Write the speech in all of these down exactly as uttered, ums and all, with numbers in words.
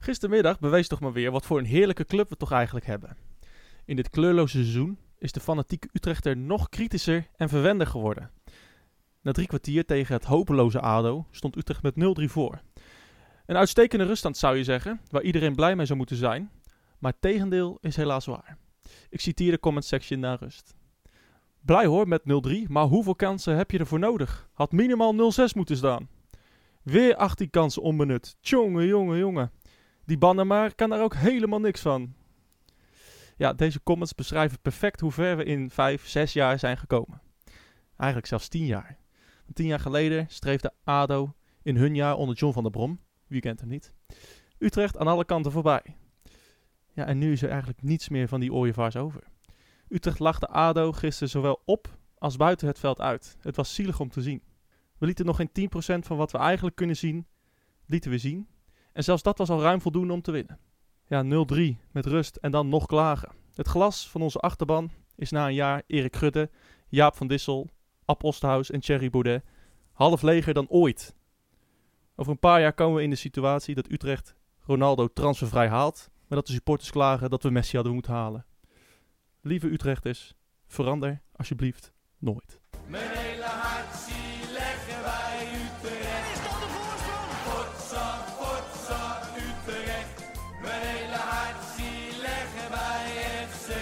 Gistermiddag bewees toch maar weer wat voor een heerlijke club we toch eigenlijk hebben. In dit kleurloze seizoen is de fanatieke Utrechter nog kritischer en verwender geworden. Na drie kwartier tegen het hopeloze A D O stond Utrecht met nul drie voor. Een uitstekende ruststand zou je zeggen, waar iedereen blij mee zou moeten zijn. Maar het tegendeel is helaas waar. Ik citeer de comment section na rust. Blij hoor met nul drie, maar hoeveel kansen heb je ervoor nodig? Had minimaal nul zes moeten staan. Weer achttien kansen onbenut. Tjonge, jonge, jonge. Die Bannermaar kan daar ook helemaal niks van. Ja, deze comments beschrijven perfect hoe ver we in vijf, zes jaar zijn gekomen. Eigenlijk zelfs tien jaar. Want tien jaar geleden streefde A D O in hun jaar onder John van der Brom, wie kent hem niet, Utrecht aan alle kanten voorbij. Ja, en nu is er eigenlijk niets meer van die ooievaars over. Utrecht lachte A D O gisteren zowel op als buiten het veld uit. Het was zielig om te zien. We lieten nog geen tien procent van wat we eigenlijk kunnen zien, lieten we zien. En zelfs dat was al ruim voldoende om te winnen. Ja, nul drie met rust en dan nog klagen. Het glas van onze achterban is na een jaar Erik Gudde, Jaap van Dissel, Ab Osterhaus en Thierry Baudet half leger dan ooit. Over een paar jaar komen we in de situatie dat Utrecht Ronaldo transfervrij haalt, maar dat de supporters klagen dat we Messi hadden moeten halen. Lieve Utrechters, verander alsjeblieft nooit. Mijn hele hart zie leggen wij Utrecht. Is dat de voorsprong? Potsa, potsa, Utrecht. Mijn hele hart zie leggen wij F C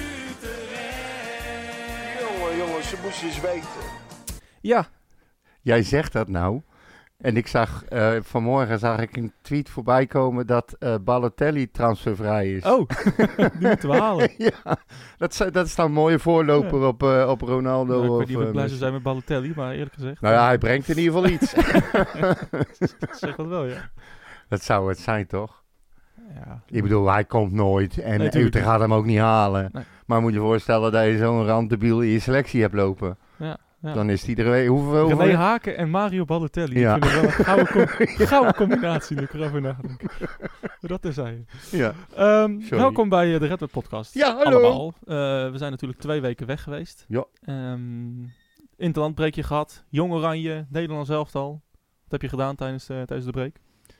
Utrecht. Jongen, jongens, ze moesten eens weten. Ja. Jij zegt dat nou. En ik zag, uh, vanmorgen zag ik een tweet voorbij komen dat uh, Balotelli transfervrij is. Oh, die moeten we halen. Ja, dat is, dat is dan een mooie voorloper ja. op, uh, op Ronaldo. Nou, ik of, weet niet of ik uh, blij zou zijn met Balotelli, maar eerlijk gezegd. Nou ja, hij brengt in ieder geval iets. Zeg dat wel, ja. Dat zou het zijn, toch? Ja. Ik bedoel, hij komt nooit en Nee, Utrecht gaat hem ook niet halen. Nee. Maar moet je voorstellen dat je zo'n randdebiel in je selectie hebt lopen. Ja. Ja. Dan is die er... Hoeveel, René hoeveel... Haken en Mario Balotelli. Ja. Ik vind het wel een gouden, com- gouden combinatie, nu ik erover nadenk. Dat terzijde. Ja. Um, welkom bij uh, de Red Web Podcast. Ja, hallo. Allemaal. Uh, we zijn natuurlijk twee weken weg geweest. Ja. Um, interlandbreekje gehad. Jong Oranje, Nederlands elftal. Wat heb je gedaan tijdens, uh, tijdens de break?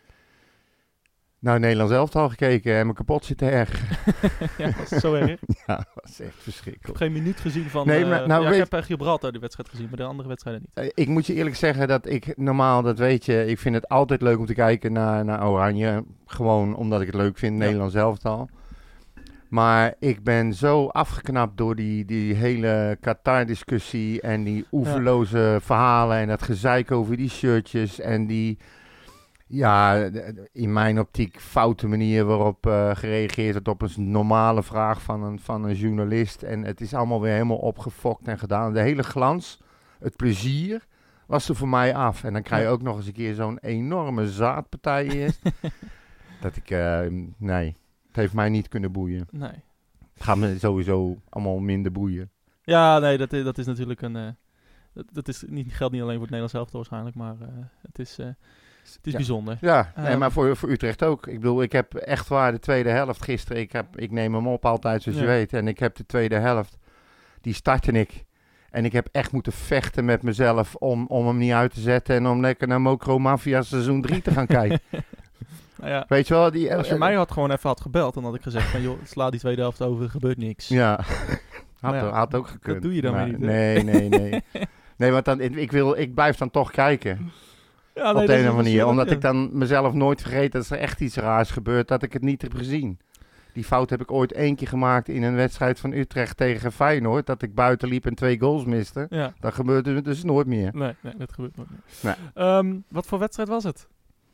Nou, Nederlands elftal gekeken en me kapot zitten erg. Ja, was het zo erg? Ja, dat was echt verschrikkelijk. Ik heb geen minuut gezien van... Nee, uh, maar, nou, ja, weet... ik heb uh, Gibraltar de wedstrijd gezien, maar de andere wedstrijden niet. Uh, ik moet je eerlijk zeggen dat ik normaal, dat weet je, ik vind het altijd leuk om te kijken naar, naar Oranje. Gewoon omdat ik het leuk vind, ja. Nederlands elftal. Maar ik ben zo afgeknapt door die, die hele Qatar-discussie en die oeverloze ja. verhalen en dat gezeik over die shirtjes en die... Ja, in mijn optiek foute manier waarop uh, gereageerd wordt op een normale vraag van een, van een journalist. En het is allemaal weer helemaal opgefokt en gedaan. De hele glans, het plezier, was er voor mij af. En dan krijg je ook nog eens een keer zo'n enorme zaadpartij eerst. dat ik, uh, nee, het heeft mij niet kunnen boeien. Nee. Het gaat me sowieso allemaal minder boeien. Ja, nee, dat is, dat is natuurlijk een... Uh, dat, dat is niet, geldt niet alleen voor het Nederlands elftal waarschijnlijk, maar uh, het is... Uh, Het is ja. bijzonder. Ja, nee, um, maar voor, voor Utrecht ook. Ik bedoel, ik heb echt waar de tweede helft gisteren... Ik, heb, ik neem hem op altijd, zoals ja. je weet. En ik heb de tweede helft, die startte ik. En ik heb echt moeten vechten met mezelf om, om hem niet uit te zetten... en om lekker naar Mokro Mafia seizoen drie te gaan kijken. Nou ja, weet je wel? Die, als je uh, mij had gewoon even had gebeld, dan had ik gezegd van... joh, sla die tweede helft over, er gebeurt niks. Ja, had, ja, had ook gekund. Dat doe je dan maar, weer niet. Nee, nee, nee. nee, want dan, ik, wil, ik blijf dan toch kijken... Ja, op nee, de een of andere manier. Omdat ja. ik dan mezelf nooit vergeet dat er echt iets raars gebeurt, dat ik het niet heb gezien. Die fout heb ik ooit één keer gemaakt in een wedstrijd van Utrecht tegen Feyenoord. Dat ik buiten liep en twee goals miste. Ja. Dat gebeurt dus, dus nooit meer. Nee, nee, dat gebeurt nooit meer. Nee. Um, wat voor wedstrijd was het?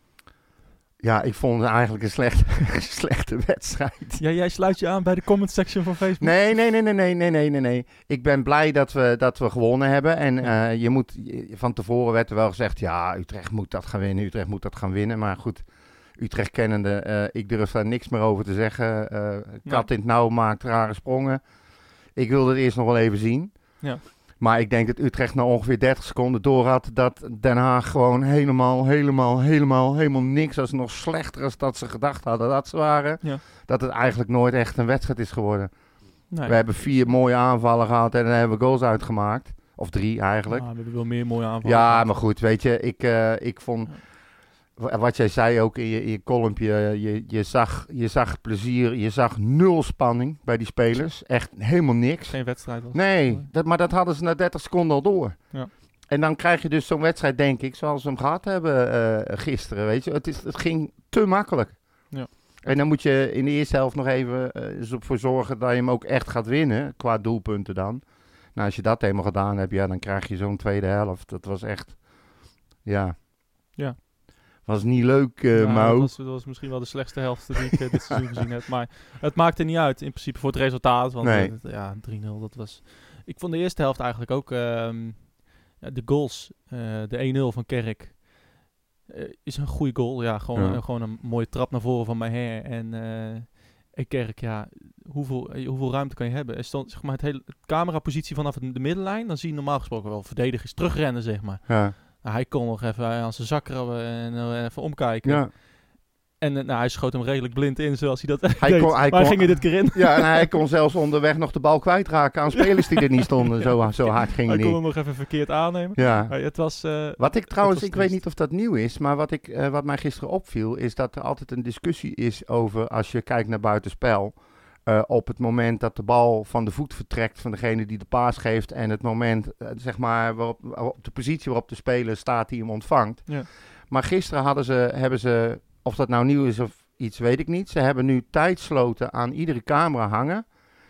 Ja, ik vond het eigenlijk een slechte, slechte wedstrijd. Ja, jij sluit je aan bij de comment section van Facebook? Nee, nee, nee, nee, nee, nee, nee, nee, nee. Ik ben blij dat we, dat we gewonnen hebben. En uh, je moet, van tevoren werd er wel gezegd, ja, Utrecht moet dat gaan winnen, Utrecht moet dat gaan winnen. Maar goed, Utrecht kennende, uh, ik durf daar niks meer over te zeggen. Uh, kat in het nauw maakt rare sprongen. Ik wilde het eerst nog wel even zien. Ja. Maar ik denk dat Utrecht na ongeveer dertig seconden door had dat Den Haag gewoon helemaal, helemaal, helemaal, helemaal niks als nog slechter als dat ze gedacht hadden dat ze waren. Ja. Dat het eigenlijk nooit echt een wedstrijd is geworden. Nee. We hebben vier mooie aanvallen gehad en dan hebben we goals uitgemaakt. Of drie eigenlijk. Ja, we hebben wel meer mooie aanvallen Ja, gehad. maar goed, weet je, ik, uh, ik vond... wa- wat jij zei ook in je, in je columnpje, je, je, zag, je zag plezier, je zag nul spanning bij die spelers. Echt helemaal niks. Geen wedstrijd was. Nee, dat, maar dat hadden ze na dertig seconden al door. Ja. En dan krijg je dus zo'n wedstrijd, denk ik, zoals we hem gehad hebben eh, gisteren. Weet je? Het, is, het ging te makkelijk. Ja. En dan moet je in de eerste helft nog even uh, ervoor zorgen dat je hem ook echt gaat winnen, qua doelpunten dan. Nou, als je dat helemaal gedaan hebt, ja, dan krijg je zo'n tweede helft. Dat was echt, ja... Ja. Was niet leuk, uh, Ja, Mau. dat, was, dat was misschien wel de slechtste helft die ik uh, dit seizoen gezien heb. Maar het maakte niet uit in principe voor het resultaat. Want Nee. uh, ja, drie nul, dat was... Ik vond de eerste helft eigenlijk ook... Um, ja, de goals, uh, de één nul van Kerk, uh, is een goede goal. Ja, gewoon, Ja. Uh, gewoon een mooie trap naar voren van Maher. En, uh, en Kerk, ja, hoeveel, uh, hoeveel ruimte kan je hebben? Er stond, zeg maar, het hele het camerapositie vanaf het, de middenlijn. Dan zie je normaal gesproken wel verdedigers terugrennen, zeg maar. Ja. Nou, hij kon nog even aan zijn zak krabben en uh, even omkijken. Ja. En uh, nou, hij schoot hem redelijk blind in, zoals hij dat Hij deed. kon- hij maar hij kon- ging er dit keer in. Ja, en hij kon zelfs onderweg nog de bal kwijtraken aan spelers die er niet stonden. Zo, zo hard ging Hij hij kon hem niet. nog even verkeerd aannemen. Ja. Maar het was... Uh, Wat ik trouwens, was ik weet triest. niet of dat nieuw is, maar wat, ik, uh, wat mij gisteren opviel, is dat er altijd een discussie is over, als je kijkt naar buitenspel, uh, op het moment dat de bal van de voet vertrekt van degene die de paas geeft en het moment, uh, zeg maar, waarop, op de positie waarop de speler staat die hem ontvangt. Ja. Maar gisteren hadden ze, hebben ze, of dat nou nieuw is of iets, weet ik niet. Ze hebben nu tijdsloten aan iedere camera hangen.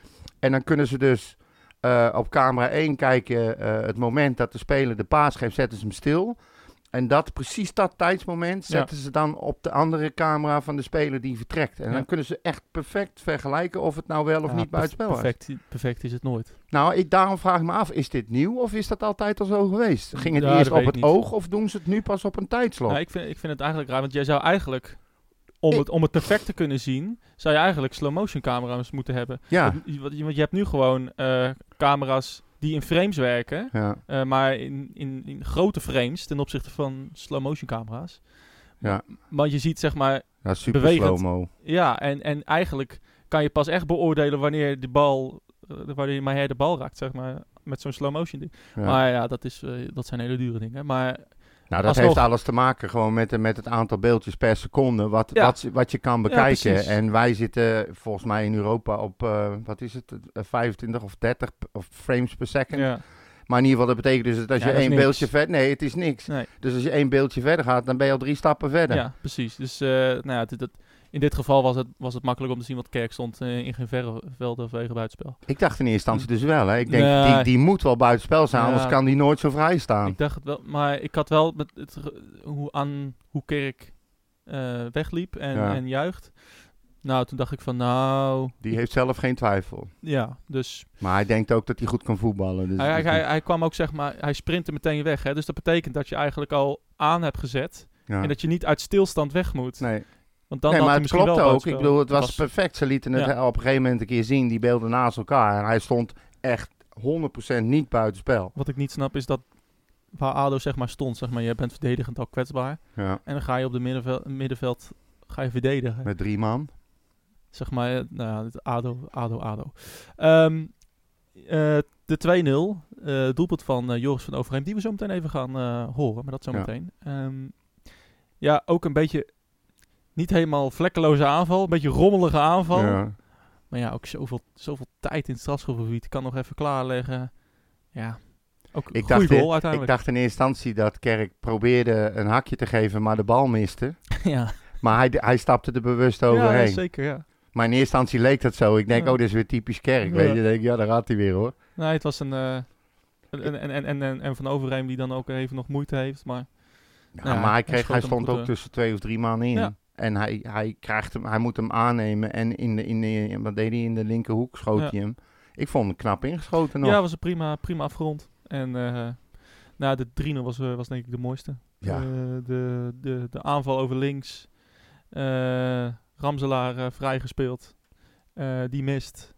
En dan kunnen ze dus uh, op camera één kijken, uh, het moment dat de speler de paas geeft, zetten ze hem stil. En dat, precies dat tijdsmoment zetten ze dan op de andere camera van de speler die vertrekt. En Ja. dan kunnen ze echt perfect vergelijken of het nou wel of ja, niet buitenspel is. perfect, perfect is het nooit. Nou, ik, daarom vraag ik me af, is dit nieuw of is dat altijd al zo geweest? Ging het Ja, eerst dat op weet het ik niet. oog of doen ze het nu pas op een tijdslot? Nou, ik, vind, ik vind het eigenlijk raar, want jij zou eigenlijk... Om, Ik- het, om het perfect te kunnen zien, zou je eigenlijk slow-motion camera's moeten hebben. Ja, Want, je- want je want je hebt nu gewoon uh, camera's die in frames werken, ja, uh, maar in, in, in grote frames ten opzichte van slow-motion camera's. ja. Want je ziet zeg maar, ja, super Bewegend. slow-mo. ja, en, en eigenlijk kan je pas echt beoordelen wanneer de bal, uh, wanneer Maher de bal raakt, zeg maar, met zo'n slow-motion ding. Ja. Maar ja, dat, is, uh, dat zijn hele dure dingen. Maar Nou, dat alsnog- heeft alles te maken gewoon met, de- met het aantal beeldjes per seconde wat, Ja. wat, wat je kan bekijken. precies. En wij zitten volgens mij in Europa op, uh, wat is het, uh, vijfentwintig of dertig p- of frames per second. ja, Maar in ieder geval, dat betekent dus dat als Ja, je dat is één niks. beeldje verder... Nee, het is niks. nee. Dus als je één beeldje verder gaat, dan ben je al drie stappen verder. Ja, precies. Dus uh, nou ja, dit, dat, in dit geval was het, was het makkelijk om te zien wat Kerk stond uh, in geen verre velden vanwege buitenspel. Ik dacht in eerste instantie dus wel. Hè. Ik denk, Nee. die, die moet wel buitenspel zijn, Ja. anders kan die nooit zo vrij staan. Ik dacht het wel, maar ik had wel met het, ge- hoe aan hoe Kerk uh, wegliep en, Ja. en juicht. Nou, toen dacht ik van nou, Die heeft zelf geen twijfel. ja, dus Maar hij denkt ook dat hij goed kan voetballen. Dus hij, hij, dus hij, hij kwam ook zeg maar, hij sprintte meteen weg. Hè? Dus dat betekent dat je eigenlijk al aan hebt gezet ja. en dat je niet uit stilstand weg moet. Nee, Want dan nee had maar hij het misschien klopt wel ook. buitenspel. Ik bedoel, het was, was- perfect. Ze lieten het Ja. op een gegeven moment een keer zien, die beelden naast elkaar. En hij stond echt honderd procent niet buitenspel. Wat ik niet snap is dat waar ADO zeg maar stond, zeg maar, je bent verdedigend al kwetsbaar. Ja, En dan ga je op de middenveld, middenveld ga je verdedigen. met drie man. Zeg maar, eh, nou ja, het ADO, ADO, ADO. Ehm, eh, de twee nul, eh, doelpunt van uh, Joris van Overheem, die we zo meteen even gaan uh, horen, maar dat zo Ja. meteen. Ehm, ja, ook een beetje, niet helemaal vlekkeloze aanval, een beetje rommelige aanval. Ja. Maar ja, ook zoveel, zoveel tijd in het strafschopgebied, kan nog even klaarleggen. Ja, ook een Ik, goede dacht, goal ik uiteindelijk. dacht in eerste instantie dat Kerk probeerde een hakje te geven, maar de bal miste. ja. Maar hij, hij stapte er bewust ja, overheen. zeker, ja. Maar in eerste instantie leek dat zo. Ik denk, Ja. oh, dit is weer typisch Kerk. Ja. Weet je, denk, ik, ja, daar gaat hij weer hoor. Nee, het was een... eh, en, en, en, en, en Van Overheem die dan ook even nog moeite heeft, maar... Ja, Ja, maar hij, hij kreeg, schoot hij hem stond goed, ook eh. tussen twee of drie man in. Ja. En hij, hij, krijgt hem, hij moet hem aannemen. En in de, in de, wat deed hij in de linkerhoek? Schoot Ja. hij hem. Ik vond hem knap ingeschoten nog. Ja, was een prima, prima afgerond. En uh, nou, de drie nul was, uh, was denk ik de mooiste. Ja. Uh, de, de, de aanval over links. Uh, Ramselaar uh, vrijgespeeld. Uh, die mist.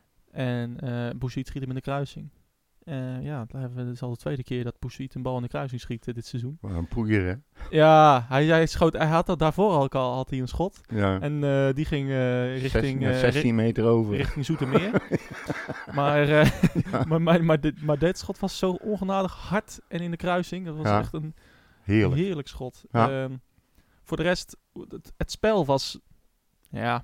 En uh, Boussaïd schiet hem in de kruising. Uh, ja, daar hebben we, het is al de tweede keer dat Boussaïd een bal in de kruising schiet uh, dit seizoen. Wat een poeier, hè? Ja, hij, hij schoot. Hij had dat daarvoor al, al had hij een schot. Ja. En uh, die ging uh, richting, Zes- ja, uh, zestien meter over. richting Zoetermeer. maar, uh, Ja. maar, maar, maar, dit, maar dit schot was zo ongenadig hard en in de kruising. Dat was Ja. echt een Heerlijk. heerlijk schot. Ja. Ehm, voor de rest, het, het spel was... Ja...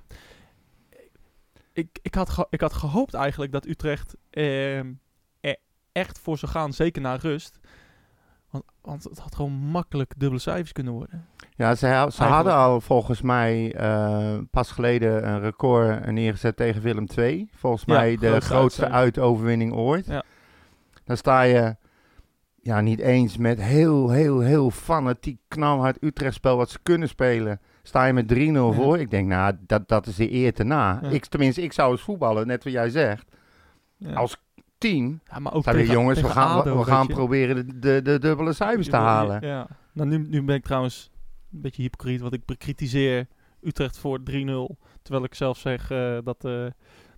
Ik, ik, had ge, ik had gehoopt eigenlijk dat Utrecht eh, er echt voor zou gaan, zeker na rust. Want, want het had gewoon makkelijk dubbele cijfers kunnen worden. Ja, ze, ha- ze hadden al volgens mij uh, pas geleden een record neergezet tegen Willem twee. Volgens Ja, mij de grootste grootste uitzending. uitoverwinning ooit. Ja. Dan sta je ja, niet eens met heel, heel, heel fanatiek knalhard Utrecht-spel wat ze kunnen spelen. Sta je met drie nul Ja. voor. Ik denk, nou, dat, dat is de eer te na. Ja. Ik, tenminste, ik zou eens voetballen, net wat jij zegt. Ja. Als team. Ja, maar ook Zeiden we, tegen- jongens, we tegen gaan, we, ADO, we weet gaan je. proberen de, de, de dubbele cijfers te halen. Ja. Nou, nu, nu ben ik trouwens een beetje hypocriet, want ik bekritiseer Utrecht voor drie nul. Terwijl ik zelf zeg uh, dat uh,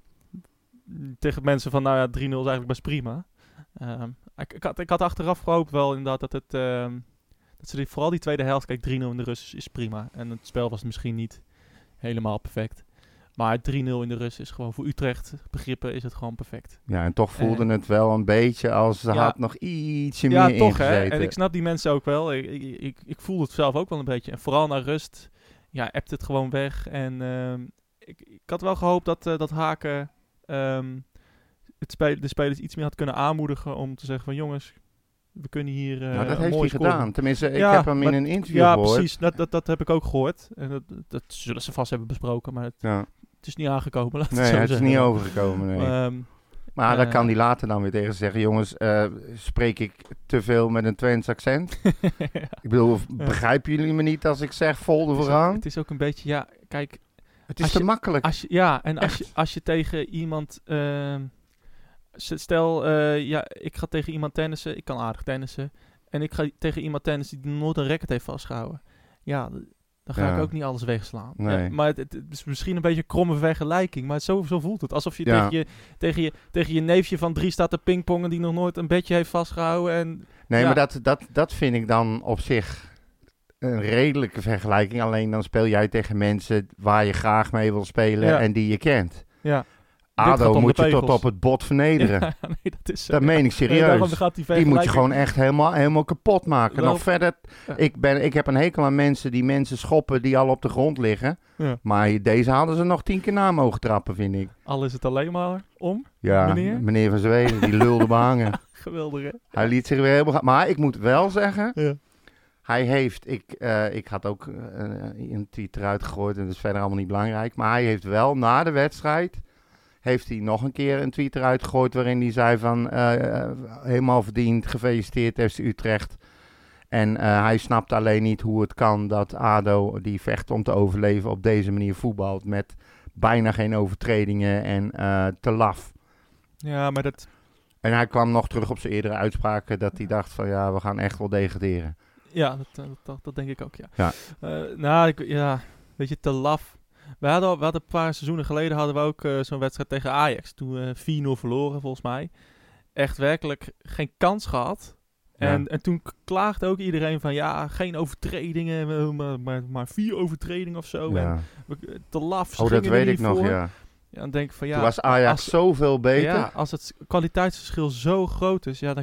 tegen mensen van, nou ja, drie nul is eigenlijk best prima. Um, ik, ik, had, ik had achteraf gehoopt wel inderdaad dat het... Um, dat ze die, vooral die tweede helft, kijk, drie nul in de rust is, is prima. En het spel was misschien niet helemaal perfect. Maar drie nul in de rust is gewoon voor Utrecht begrippen is het gewoon perfect. Ja, en toch voelde En- het wel een beetje als ze Ja. had nog ietsje Ja, meer toch hè. ingezeten. En ik snap die mensen ook wel. Ik, ik, ik, ik voel het zelf ook wel een beetje. En vooral naar rust, ja, appt het gewoon weg. En ehm, ik, ik had wel gehoopt dat, uh, dat Haken um, het spel, de spelers iets meer had kunnen aanmoedigen om te zeggen van jongens, we kunnen hier uh, Nou, dat een heeft mooi hij scoren. gedaan. Tenminste, ik Ja, heb hem in maar- een interview Ja, gehoord. precies. Dat, dat, dat heb ik ook gehoord. En dat, dat zullen ze vast hebben besproken, maar het, Ja. het is niet aangekomen. Laat Nee, het zo het is zeggen. niet overgekomen. Nee. Ehm, maar dan eh, kan die later dan weer tegen ze zeggen: jongens, uh, spreek ik te veel met een Twents accent? ja. Ik bedoel, begrijpen jullie me niet als ik zeg vol Het is, ook, vooraan? het is ook een beetje, ja, kijk, Het is als te je- makkelijk. als je, ja, en als je, als je tegen iemand, ehm, s- stel, eh, ja, ik ga tegen iemand tennissen, ik kan aardig tennissen, en ik ga tegen iemand tennissen die nooit een racket heeft vastgehouden. Ja, d- dan ga Ja. ik ook niet alles wegslaan. Nee. Ja, maar het, het is misschien een beetje een kromme vergelijking, maar zo, zo voelt het. Alsof je, Ja. tegen je tegen je tegen je neefje van drie staat te pingpongen die nog nooit een bedje heeft vastgehouden. En Nee, ja. maar dat, dat, dat vind ik dan op zich een redelijke vergelijking. Alleen dan speel jij tegen mensen waar je graag mee wil spelen Ja. en die je kent. ja. Dit gaat ADO om moet de je tot pegels. op het bot vernederen. Ja, nee, dat is zo. Dat meen ik Nee, serieus. daarom gaat die Die moet je vergelijking- gewoon echt helemaal, helemaal kapot maken. Wel- Nog verder, Ja. ik, ben, ik heb een hekel aan mensen die mensen schoppen die al op de grond liggen. Ja. Maar deze hadden ze nog tien keer na mogen trappen, vind ik. Al is het alleen maar om. Ja, Meneer? meneer van Zweden, die lulde behangen. Geweldig, hè? Hij liet zich weer helemaal gaan. Maar ik moet wel zeggen, Ja. hij heeft, ik, uh, ik had ook uh, een tweet eruit gegooid en dat is verder allemaal niet belangrijk. Maar hij heeft wel na de wedstrijd, heeft hij nog een keer een tweet eruit gegooid waarin hij zei van, uh, uh, helemaal verdiend, gefeliciteerd F C Utrecht. En uh, hij snapt alleen niet hoe het kan dat ADO, die vecht om te overleven, op deze manier voetbalt met bijna geen overtredingen en uh, te laf. Ja, maar dat... En hij kwam nog terug op zijn eerdere uitspraken dat hij dacht van ja, we gaan echt wel degraderen. Ja, dat, dat, dat, dat denk ik ook, ja. Ja. Uh, nou, ik, ja, weet je, te laf. We hadden, we hadden een paar seizoenen geleden hadden we ook uh, zo'n wedstrijd tegen Ajax. Toen we uh, vier nul verloren, volgens mij. Echt werkelijk geen kans gehad. En, Ja. en toen k- klaagde ook iedereen van, ja, geen overtredingen, maar, maar, maar vier overtredingen of zo. Ja. En we, te laf, ze Oh, dat gingen er weet ik niet nog, voor. ja. Ja, dan denk ik van, ja... Toen was Ajax als- zoveel beter. Ja, als het kwaliteitsverschil zo groot is, ja, dan...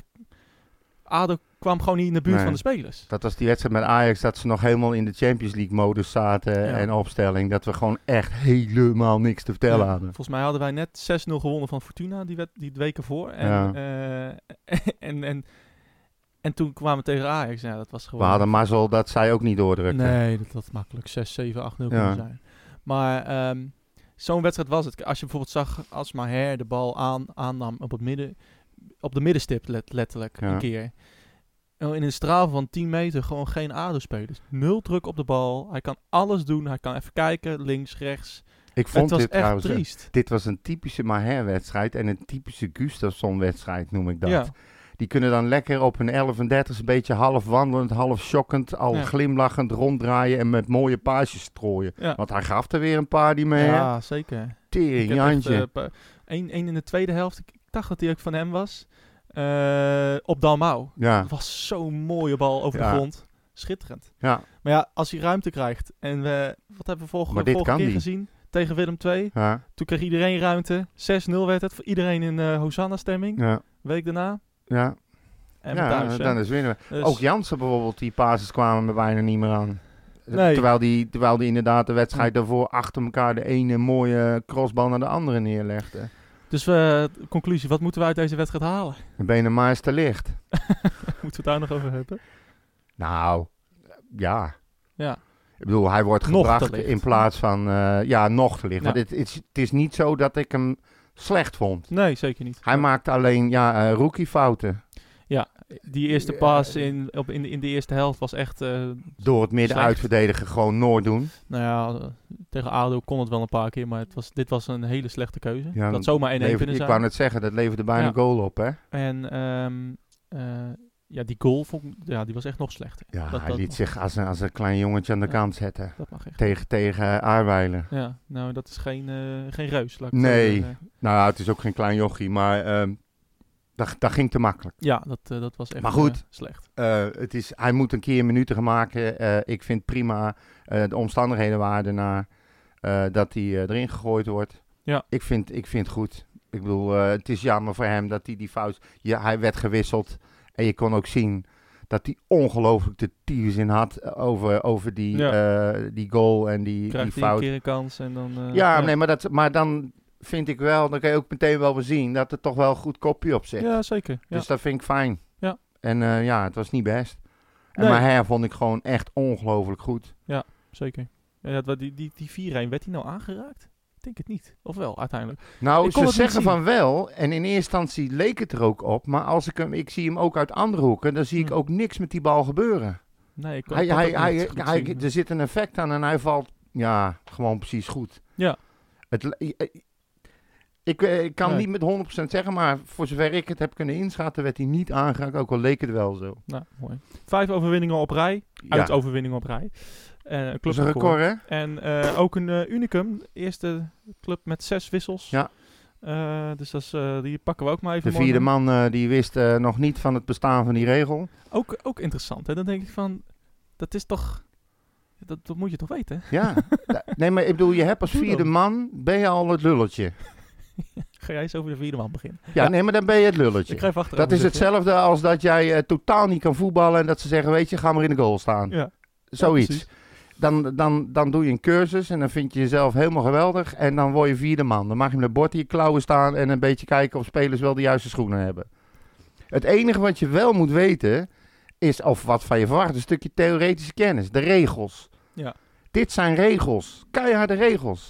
ADO kwam gewoon niet in de buurt Nee. van de spelers. Dat was die wedstrijd met Ajax, dat ze nog helemaal in de Champions League modus zaten Ja. en opstelling. Dat we gewoon echt helemaal niks te vertellen Ja, hadden. Volgens mij hadden wij net zes nul gewonnen van Fortuna die, wed- die weken voor. En, Ja. eh, en, en, en toen kwamen we tegen Ajax. Ja, dat was We gewoon... hadden mazzel dat zij ook niet doordrukten. Nee, dat had makkelijk zes, zeven, acht nul Ja. kunnen zijn. Maar ehm, zo'n wedstrijd was het. Als je bijvoorbeeld zag als Maher de bal aan, aannam op, het midden, op de middenstip let, letterlijk Ja. een keer. En in een straal van tien meter gewoon geen ADO-spelers. Nul druk op de bal. Hij kan alles doen. Hij kan even kijken, links, rechts. Ik vond het was dit echt trouwens, triest. dit was een typische Maher-wedstrijd en een typische Gustafsson-wedstrijd noem ik dat. Ja. Die kunnen dan lekker op hun elf en dertig een beetje half wandelend, half shockend, al Ja. glimlachend ronddraaien en met mooie paasjes strooien. Ja. Want hij gaf er weer een paar die Maher. Ja, zeker. Tering, Ik heb echt, Jantje. eh, pa- één, één in de tweede helft. Ik, ik dacht dat die ook van hem was. Eh, op Dalmau. ja, Dat was zo'n mooie bal over Ja. de grond. Schitterend. ja, Maar ja, als hij ruimte krijgt. En we, wat hebben we vorige, Maar dit vorige kan keer die. gezien? Tegen Willem twee. ja, Toen kreeg iedereen ruimte. zes nul werd het. Voor iedereen in uh, Hosanna-stemming. ja, Week daarna. ja. En we ja, thuis. hè. dan is winnen we. Dus- Ook Jansen bijvoorbeeld, die passes kwamen er bijna niet meer aan. Nee. Terwijl die, terwijl die inderdaad de wedstrijd daarvoor achter elkaar de ene mooie crossbal naar de andere neerlegde. Dus uh, conclusie, wat moeten we uit deze wedstrijd halen? Dan ben je maar eens te licht. Moeten we het daar nog over hebben? Nou, ja. Ja. Ik bedoel, hij wordt Nog gebracht te licht. in plaats van, uh, ja, nog te licht. Ja. Want het, het, is, het is niet zo dat ik hem slecht vond. Nee, zeker niet. Hij Ja. maakte alleen, ja, uh, rookie-fouten. Ja, die eerste pas in, op, in, de, in de eerste helft was echt... Uh, Door het midden Slecht. uitverdedigen gewoon nooit doen. nou ja, uh, tegen A D O kon het wel een paar keer, maar het was, dit was een hele slechte keuze. Ja, dat zomaar één-één Lever- kunnen ik zijn. wou net zeggen, dat leverde bijna Ja. een goal op, hè? En um, uh, ja, die goal vond, ik- ja, die was echt nog slechter. Ja, dat, hij dat liet mag- zich als een, als een klein jongetje aan de Ja. kant zetten. Dat mag echt. Tegen, tegen Aarweiler. Ja, nou, dat is geen, uh, geen reus. Laat ik het Nee. zo zeggen. Nou, ja, het is ook geen klein jochie, maar ehm dat, dat ging te makkelijk. Ja, dat, uh, dat was echt Maar goed. uh, slecht. Uh, het is, hij moet een keer minuten gaan maken. Uh, ik vind prima. Uh, de omstandigheden waren ernaar uh, dat hij uh, erin gegooid wordt. Ja. Ik vind, ik vind het goed. Ik bedoel, uh, het is jammer voor hem dat hij die fout... Ja, hij werd gewisseld. En je kon ook zien dat hij ongelooflijk de tyfus in had over, over die, Ja. uh, die goal en die, die Krijgt hij een fout. keer een kans en dan... Uh, Ja, nee, maar, dat, maar dan vind ik wel, dan kan je ook meteen wel weer zien dat er toch wel een goed kopje op zit. Ja, zeker. Ja. Dus dat vind ik fijn. Ja. En uh, ja, het was niet best. En Nee. Maher vond ik gewoon echt ongelooflijk goed. Zeker. Ja, dat- die, die, die vier-een, werd hij nou aangeraakt? Ik denk het niet. Of wel, uiteindelijk. Nou, Ik kon ze het niet zeggen zien. van wel, en in eerste instantie leek het er ook op, maar als ik hem, ik zie hem ook uit andere hoeken, dan zie ik Hm. ook niks met die bal gebeuren. Nee, ik kon, Hij, ik kon hij, het ook hij, niet goed hij, zien. er zit een effect aan en hij valt, ja, gewoon precies goed. Ja. Het, le- ik, ik, ik kan Nee. niet met honderd procent zeggen, maar voor zover ik het heb kunnen inschatten, werd hij niet aangeraakt, ook al leek het wel zo. Nou, mooi. Vijf overwinningen op rij. Ja. Uitoverwinningen op rij. En een Dat is een clubrecord. record, hè? En eh, ook een eh, unicum. Eerste club met zes wissels. Ja. Eh, dus dat is, eh, die pakken we ook maar even De mooi vierde mee. man uh, die wist uh, nog niet van het bestaan van die regel. Ook, ook interessant. Hè? Dan denk ik van, dat is toch... Dat, dat moet je toch weten? Ja. Da- nee, maar ik bedoel, je hebt als Doe vierde dan. man, ben je al het lulletje. Ga jij eens over de vierde man beginnen? Ja, Ja. nee, maar dan ben je het lulletje. Ik ga even achter Dat is hetzelfde als dat jij uh, totaal niet kan voetballen en dat ze zeggen, weet je, ga maar in de goal staan. Ja. Zoiets. precies. dan, dan, dan doe je een cursus en dan vind je jezelf helemaal geweldig en dan word je vierde man. Dan mag je met een bord in je klauwen staan en een beetje kijken of spelers wel de juiste schoenen hebben. Het enige wat je wel moet weten is, of wat van je verwacht, een stukje theoretische kennis. De regels. Ja. Dit zijn regels. Keiharde regels.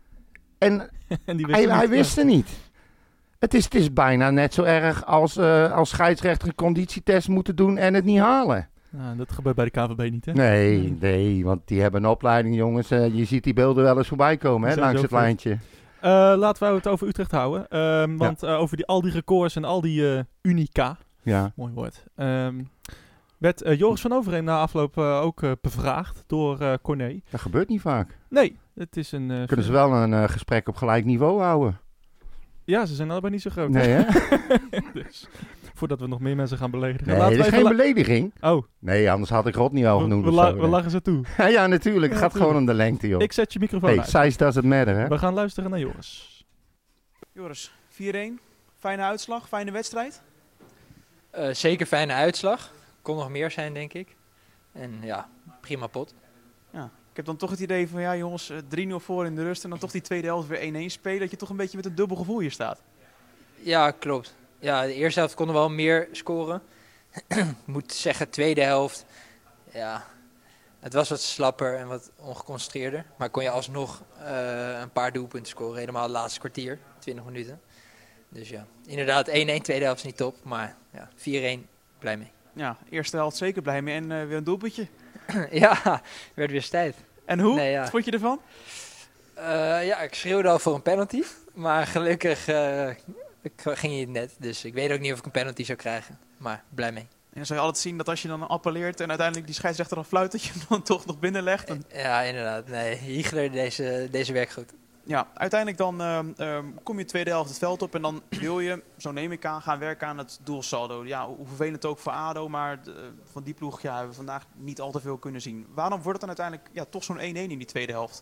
En En die hij, wist hij niet, wist er niet. Het is, het is bijna net zo erg als, uh, als scheidsrechter een conditietest moeten doen en het niet halen. ja. Nou, dat gebeurt bij de K V B niet, hè? Nee, nee, want die hebben een opleiding, jongens. Uh, je ziet die beelden wel eens voorbij komen, hè, Die zijn langs zo het vet. lijntje. Uh, laten we het over Utrecht houden. Um, want uh, over die, al die records en al die uh, unica, Ja. mooi woord, um, werd uh, Joris van Overheem na afloop uh, ook uh, bevraagd door uh, Corné. Dat gebeurt niet vaak. Nee, het is een... Uh, Kunnen ze wel een uh, gesprek op gelijk niveau houden? Ja, ze zijn allebei niet zo groot. Nee, hè? Dus, voordat we nog meer mensen gaan beledigen. Nee, Laten dat we is even geen la- belediging. Oh, Nee, anders had ik Rodney al we, genoemd. we, of la- zo, we hè. lachen ze toe. Ja, natuurlijk. Het Ja, gaat gewoon om de lengte, joh. Ik zet je microfoon Hey, uit. size doesn't matter, hè? We gaan luisteren naar Joris. Joris, vier-een. Fijne uitslag, fijne wedstrijd. Uh, zeker fijne uitslag. Kon nog meer zijn, denk ik. En ja, prima pot. Ja, ik heb dan toch het idee van, ja jongens, eh, drie nul voor in de rust en dan toch die tweede helft weer één-één spelen. Dat je toch een beetje met een dubbel gevoel hier staat. Ja, klopt. Ja, de eerste helft konden we wel meer scoren. Ik moet zeggen, tweede helft, ja, het was wat slapper en wat ongeconcentreerder. Maar kon je alsnog uh, een paar doelpunten scoren, helemaal het laatste kwartier, twintig minuten. Dus ja, inderdaad, één-één, tweede helft is niet top, maar ja, vier-één, blij mee. Ja, eerste helft zeker blij mee en uh, weer een doelpuntje. Ja, werd weer tijd. En hoe? Nee, ja. Wat vond je ervan? Uh, ja, ik schreeuwde al voor een penalty, maar gelukkig uh, ik ging hij het net. Dus ik weet ook niet of ik een penalty zou krijgen, maar blij mee. En dan zou je altijd zien dat als je dan appelleert en uiteindelijk die scheidsrechter dan fluit, dat je hem dan toch nog binnenlegt. En Ja, inderdaad. Nee, Hiegler deze, deze werk goed. ja, uiteindelijk dan uh, uh, kom je tweede helft het veld op en dan wil je, zo neem ik aan, gaan werken aan het doelsaldo. Ja, hoe vervelend ook voor A D O, maar de, van die ploeg ja, hebben we vandaag niet al te veel kunnen zien. Waarom wordt het dan uiteindelijk ja, toch zo'n één-één in die tweede helft?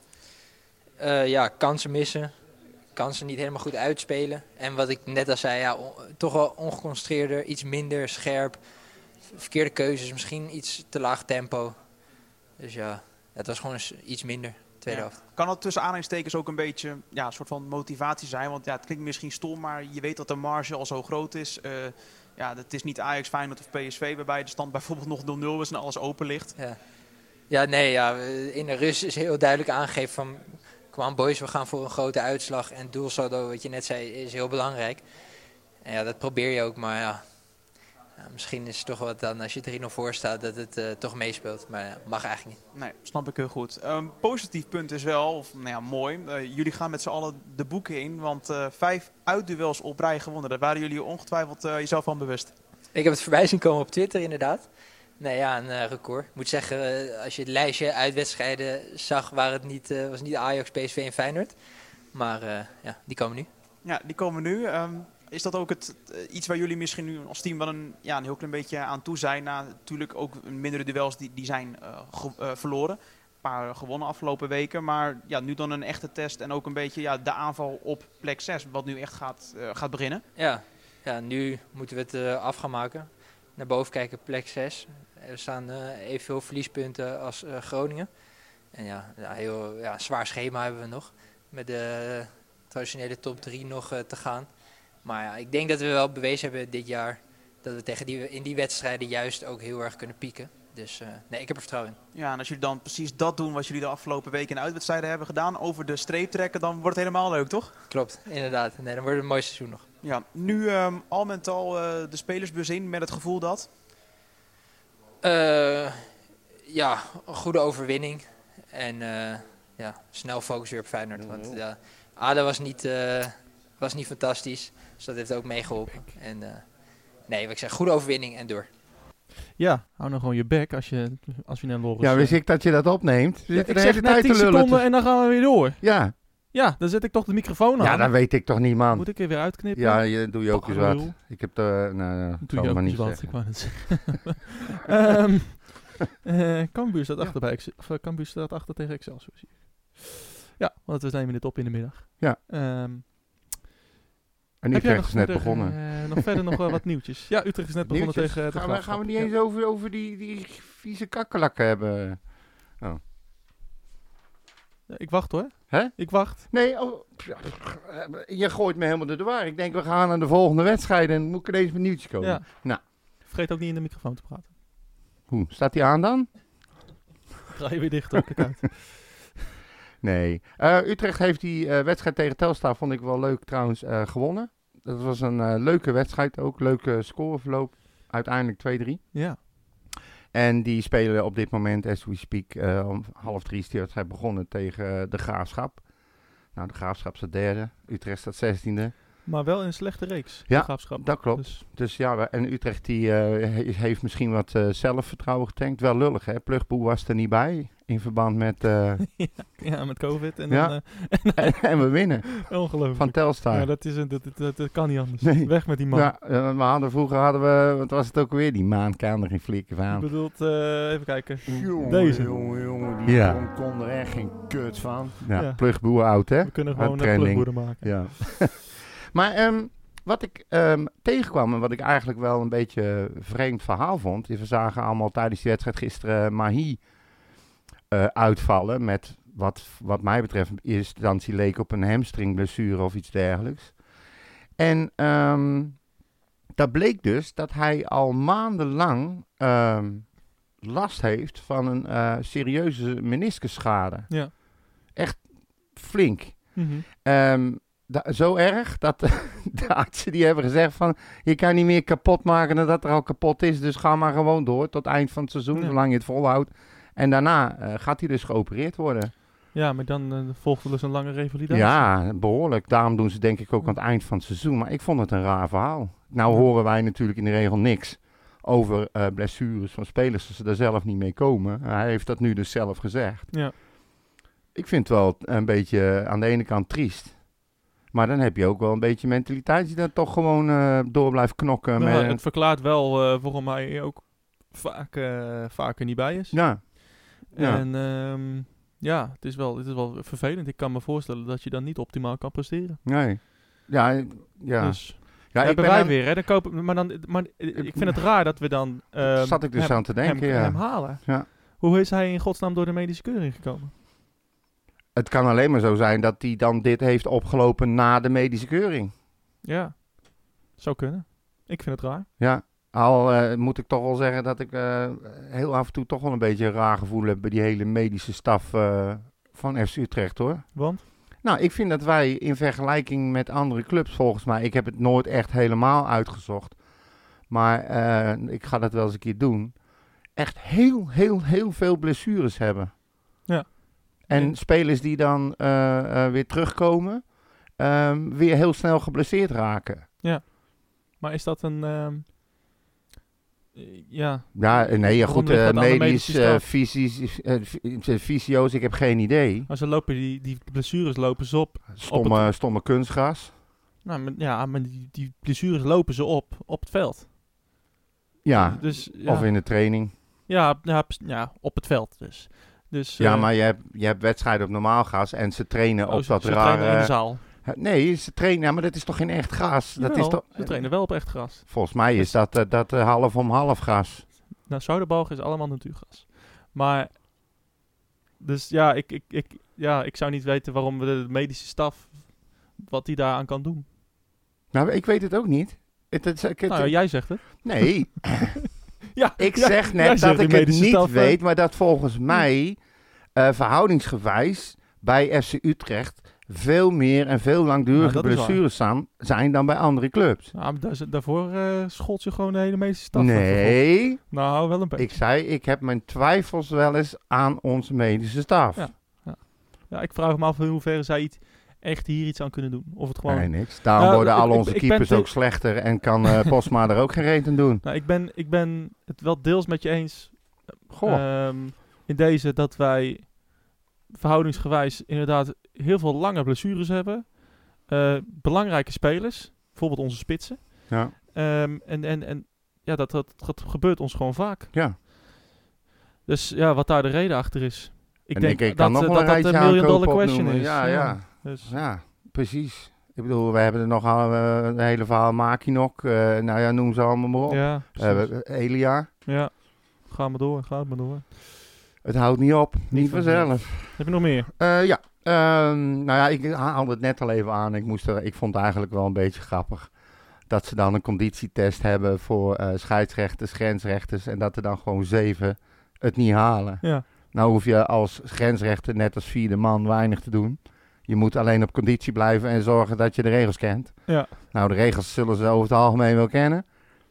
Uh, ja, kansen missen. Kansen niet helemaal goed uitspelen. En wat ik net al zei, ja, on, toch wel ongeconcentreerder, iets minder scherp. Verkeerde keuzes, misschien iets te laag tempo. Dus ja, het was gewoon eens iets minder, tweede Ja. helft. Kan dat tussen aanhalingstekens ook een beetje ja, een soort van motivatie zijn? Want ja, het klinkt misschien stom, maar je weet dat de marge al zo groot is. Uh, ja, het is niet Ajax, Feyenoord of P S V waarbij de stand bijvoorbeeld nog nul nul is en alles open ligt. Ja, ja nee, ja, in de rust is heel duidelijk aangegeven van... Kom aan boys, we gaan voor een grote uitslag. En doelsaldo, wat je net zei, is heel belangrijk. En ja, dat probeer je ook, maar ja... Ja, misschien is het toch wat dan als je drie nul voor staat dat het uh, toch meespeelt. Maar ja, mag eigenlijk niet. Nee, snap ik heel goed. Een um, positief punt is wel, of nou ja, mooi. Uh, jullie gaan met z'n allen de boeken in. Want uh, vijf uitduels op rij gewonnen. Daar waren jullie ongetwijfeld uh, jezelf van bewust. Ik heb het voorbij zien komen op Twitter inderdaad. Nee ja, een uh, record. Ik moet zeggen, uh, als je het lijstje uitwedstrijden zag, waren het niet, uh, was niet Ajax, P S V en Feyenoord. Maar uh, ja, die komen nu. Ja, die komen nu. Um, Is dat ook het, uh, iets waar jullie misschien nu als team wel een, ja, een heel klein beetje aan toe zijn? Na natuurlijk ook mindere duels die, die zijn uh, ge, uh, verloren. Een paar gewonnen afgelopen weken. Maar ja, nu dan een echte test en ook een beetje ja, de aanval op plek zes. Wat nu echt gaat, uh, gaat beginnen. Ja. ja, nu moeten we het uh, af gaan maken. Naar boven kijken, plek zes. Er staan uh, evenveel verliespunten als uh, Groningen. En ja, ja, heel ja, zwaar schema hebben we nog. Met de uh, traditionele top drie nog uh, te gaan. Maar ja, ik denk dat we wel bewezen hebben dit jaar dat we tegen die, in die wedstrijden juist ook heel erg kunnen pieken. Dus uh, nee, ik heb er vertrouwen in. Ja, en als jullie dan precies dat doen wat jullie de afgelopen weken in de uitwedstrijden hebben gedaan, over de streep trekken, dan wordt het helemaal leuk, toch? Klopt, inderdaad. Nee, dan wordt het een mooi seizoen nog. Ja, nu um, al met al uh, de spelersbus in met het gevoel dat? Uh, ja, een goede overwinning. En uh, ja, snel focus weer op Feyenoord. Want uh, A D O was niet... Uh, was niet fantastisch, dus dat heeft ook meegeholpen. En uh, nee, wat ik zeg, goede overwinning en door. Ja, hou nou gewoon je bek als je, als je naar Loris... Ja, wist ik dat je dat opneemt. Ja, ik zeg net tien seconden en dan gaan we weer door. Ja. Ja, dan zet ik toch de microfoon aan. Ja, dat weet ik toch niet, man. Moet ik er weer uitknippen? Ja, je, doe je ook eens wat. Ik heb de... Nou, dat doe je ook maar eens niet wat, zeggen. ik wou het zeggen. um, uh, Cambuur staat, ja. achter bij Ex- of, uh, Cambuur staat achter tegen Excelsior. Ja, want we nemen dit op in de middag. Ja. Um, En Utrecht is net verder, begonnen. Uh, nog verder nog uh, wat nieuwtjes. Ja, Utrecht is net begonnen nieuwtjes? tegen de gaan we, gaan we niet eens ja. over, over die, die vieze kakkelakken hebben? Oh. Ja, ik wacht hoor. Hè? Ik wacht. Nee, oh, je gooit me helemaal door de war. Ik denk, we gaan naar de volgende wedstrijd en moet ik ineens met nieuwtjes komen. Ja. Nou. Vergeet ook niet in de microfoon te praten. Hoe? Staat die aan dan? Draai je weer dicht op, kijk uit. Nee. Uh, Utrecht heeft die uh, wedstrijd tegen Telstar, vond ik wel leuk trouwens, uh, gewonnen. Dat was een uh, leuke wedstrijd ook. Leuke scoreverloop. Uiteindelijk twee drie. Ja. En die spelen op dit moment, as we speak, uh, om half drie is die wedstrijd begonnen tegen uh, de Graafschap. Nou, de Graafschap staat derde. Utrecht staat zestiende. Maar wel in een slechte reeks. Ja, Graafschap. dat klopt. Dus, dus ja, en Utrecht die uh, heeft misschien wat uh, zelfvertrouwen getankt. Wel lullig, hè? Plugboe was er niet bij. In verband met... Uh, ja, ja, met COVID. En, ja. dan, uh, en, en we winnen. Ongelooflijk. Van Telstar. Ja, dat, is een, dat, dat, dat, dat kan niet anders. Nee. Weg met die man. Ja, uh, we hadden, vroeger hadden we... Wat was het ook weer? Die maan kan er geen flikker van. Ik bedoel, uh, even kijken. Jongen, Deze. Jongen, jongen. Die ja. kon, kon er echt geen kut van. Ja, ja. Plugboe oud, hè? We kunnen gewoon een plugboer maken. Ja. Maar... Um, Wat ik um, tegenkwam en wat ik eigenlijk wel een beetje een vreemd verhaal vond. We zagen allemaal tijdens die wedstrijd gisteren Mahi uh, uitvallen. Met wat, wat mij betreft in eerste instantie leek op een hamstringblessure of iets dergelijks. En um, dat bleek dus dat hij al maandenlang um, last heeft van een uh, serieuze meniscusschade. Ja. Echt flink. Mm-hmm. Um, Da, zo erg dat de artsen die hebben gezegd van... je kan niet meer kapot maken dan dat er al kapot is. Dus ga maar gewoon door tot het eind van het seizoen, ja. zolang je het volhoudt. En daarna uh, gaat hij dus geopereerd worden. Ja, maar dan uh, volgt er dus een lange revalidatie. Ja, behoorlijk. Daarom doen ze denk ik ook aan het eind van het seizoen. Maar ik vond het een raar verhaal. Nou ja. Horen wij natuurlijk in de regel niks over uh, blessures van spelers... als ze daar zelf niet mee komen. Uh, hij heeft dat nu dus zelf gezegd. Ja. Ik vind het wel een beetje uh, aan de ene kant triest... Maar dan heb je ook wel een beetje mentaliteit dat je dan toch gewoon uh, door blijft knokken. Nou, met... Het verklaart wel uh, waarom hij ook vaak, uh, vaker niet bij is. Ja. ja. En um, ja, het is, wel, het is wel vervelend. Ik kan me voorstellen dat je dan niet optimaal kan presteren. Nee. Ja, ja. Dus ja, hebben ik wij dan... weer. Hè? Dan kopen, maar dan, maar ik vind het raar dat we dan... Um, Zat ik dus hem, aan te denken, hem, ja. hem halen. Ja. Hoe is hij in godsnaam door de medische keuring gekomen? Het kan alleen maar zo zijn dat hij dan dit heeft opgelopen na de medische keuring. Ja, zou kunnen. Ik vind het raar. Ja, al uh, moet ik toch wel zeggen dat ik uh, heel af en toe toch wel een beetje een raar gevoel heb bij die hele medische staf uh, van F C Utrecht, hoor. Want? Nou, ik vind dat wij in vergelijking met andere clubs volgens mij, ik heb het nooit echt helemaal uitgezocht, maar uh, ik ga dat wel eens een keer doen, echt heel, heel, heel veel blessures hebben. Ja. En Ja. spelers die dan uh, uh, weer terugkomen, um, weer heel snel geblesseerd raken. Maar is dat een... ehm, ja. Ja, nee, ja, Waarom goed, ligt uh, dat aan de medisch, medische uh, staf? fysisch, uh, fy- fysio's, ik heb geen idee. Maar ze lopen die, die blessures lopen ze op. Stomme, stomme kunstgras. Nou, maar, ja, maar die, die blessures lopen ze op op het veld. Ja, Dus, ja. of in de training. Ja, ja, ps- ja, op het veld dus. dus Ja, eh, maar je hebt, je hebt wedstrijden op normaal gas en ze trainen oh, op ze- dat ze trainen in de rare... zaal. Nee, ze trainen, ja, maar dat is toch geen echt gas? Dat Jawel, is toch... ze trainen wel op echt gras. Volgens mij is dat, uh, dat uh, half om half gas. Nou, Zouderbalg is allemaal natuurgas. Maar, dus ja ik, ik, ik, ja, ik zou niet weten waarom we de medische staf, wat die daaraan kan doen. Nou, ik weet het ook niet. Het, het, het, het- Nou, ja, jij zegt het. nee, Ja, ik ja, zeg jij net zegt dat de ik het medische niet staf, eh, weet, maar dat volgens mij uh, verhoudingsgewijs bij F C Utrecht veel meer en veel langdurige Nou, dat is waar. blessures staan, zijn dan bij andere clubs. Ja, maar daar, daarvoor uh, scholt je gewoon de hele medische staf. van vervolg. Nee, Nou, wel een beetje. ik zei, ik heb mijn twijfels wel eens aan onze medische staf. Ja. Ja, ik vraag me af in hoeverre zij iets, echt hier iets aan kunnen doen. Of het gewoon... Nee, niks. Daarom Nou, worden ik- al ik- onze ik ben keepers te- ook slechter en kan uh, Postma er ook geen reet aan doen. Nou, ik ben, ik ben het wel deels met je eens Goh. ehm, in deze dat wij verhoudingsgewijs inderdaad heel veel lange blessures hebben. Eh, belangrijke spelers, bijvoorbeeld onze spitsen. Ja. Ehm, en, en, en ja, dat, dat, dat gebeurt ons gewoon vaak. Ja. Dus ja, wat daar de reden achter is. Ik En denk ik, ik dat kan nog eh, wel een dat, dat rijtje een million aankopen dollar question opnoemen. is. Ja, ja. Dus, Ja, precies. Ik bedoel, we hebben er nog al uh, een hele verhaal Makinok. Uh, nou ja, noem ze allemaal maar op. ja, We hebben precies. uh, Elia. ja, ga maar door, ga maar door. Het houdt niet op. Niet Niet vanzelf. Heb je nog meer? Uh, ja. Um, nou ja, ik haalde het net al even aan. Ik, moest er, ik vond het eigenlijk wel een beetje grappig. Dat ze dan een conditietest hebben voor uh, scheidsrechters, grensrechters. En dat er dan gewoon zeven het niet halen. Ja. Nou hoef je als grensrechter net als vierde man weinig te doen. Je moet alleen op conditie blijven en zorgen dat je de regels kent. Ja. Nou, de regels zullen ze over het algemeen wel kennen.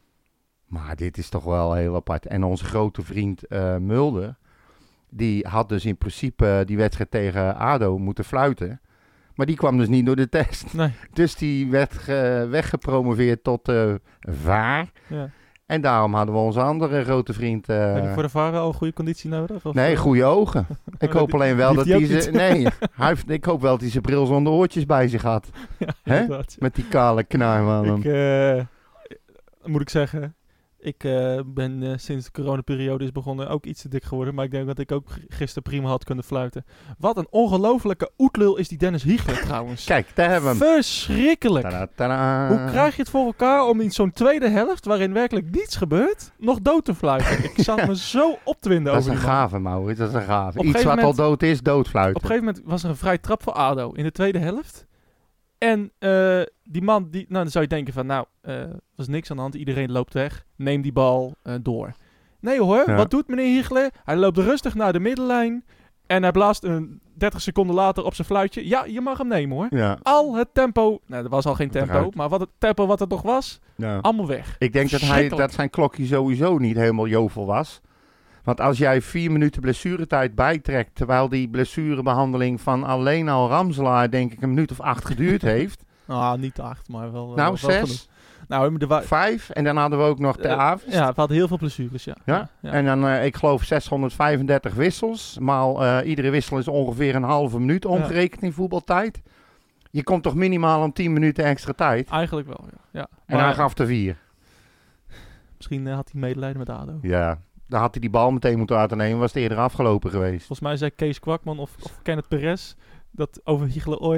Maar dit is toch wel heel apart. En onze grote vriend uh, Mulder, die had dus in principe die wedstrijd tegen ADO moeten fluiten. Maar die kwam dus niet door de test. Nee. Dus die werd ge- weggepromoveerd tot uh, V A R. Ja. En daarom hadden we onze andere grote vriend... Uh, Heb je voor de V A R al een goede conditie nodig? Of, nee, eh, goede ogen. Ik hoop alleen wel die dat heeft hij hij ze... ook Nee, hij heeft, ik hoop wel dat hij zijn bril zonder oortjes bij zich had. Ja, Hè? inderdaad. Met die kale knar van hem. Ik, eh, moet ik zeggen, ik eh, ben eh, sinds de coronaperiode is begonnen ook iets te dik geworden. Maar ik denk dat ik ook g- gisteren prima had kunnen fluiten. Wat een ongelofelijke oetlul is die Dennis Hiegler trouwens. Kijk, daar hebben we hem. Verschrikkelijk. Tada, tada. Hoe krijg je het voor elkaar om in zo'n tweede helft, waarin werkelijk niets gebeurt, nog dood te fluiten? Ik zat me zo op te winden Dat is over een die man. gave, Maurits. Dat is een gave. Op Iets een wat gegeven al moment- dood is, doodfluiten. Op een gegeven moment was er een vrij trap voor ADO in de tweede helft. En eh, die man, die, nou dan zou je denken van, nou, er was niks aan de hand. Iedereen loopt weg. Neem die bal eh, door. Nee hoor, Ja. wat doet meneer Hiegler? Hij loopt rustig naar de middenlijn. En hij blaast een dertig seconden later op zijn fluitje. Ja, je mag hem nemen hoor. Ja, Al het tempo, nou er was al geen tempo, Eruit. maar wat het tempo wat er nog was, ja. allemaal weg. Ik denk dat, hij, Verschrikkelijk. dat zijn klokje sowieso niet helemaal jovel was. Want als jij vier minuten blessuretijd bijtrekt, terwijl die blessurebehandeling van alleen al Ramselaar denk ik een minuut of acht geduurd heeft. Nou, niet acht, maar wel, Nou, wel, wel zes. genoeg. Nou, er wa- Vijf. En dan hadden we ook nog de eh, avond. Ja, we hadden heel veel blessures, ja. Ja? ja. En dan, eh, ik geloof, zeshonderdvijfendertig wissels. Maal eh, iedere wissel is ongeveer een halve minuut omgerekend in voetbaltijd. Je komt toch minimaal om tien minuten extra tijd. Eigenlijk wel, ja. ja. En Maar hij gaf er vier. misschien eh, had hij medelijden met ADO. Ja. Dan had hij die bal meteen moeten laten nemen. Was het eerder afgelopen geweest. Volgens mij zei Kees Kwakman of, of Kenneth Perez dat over Hiegler ooit...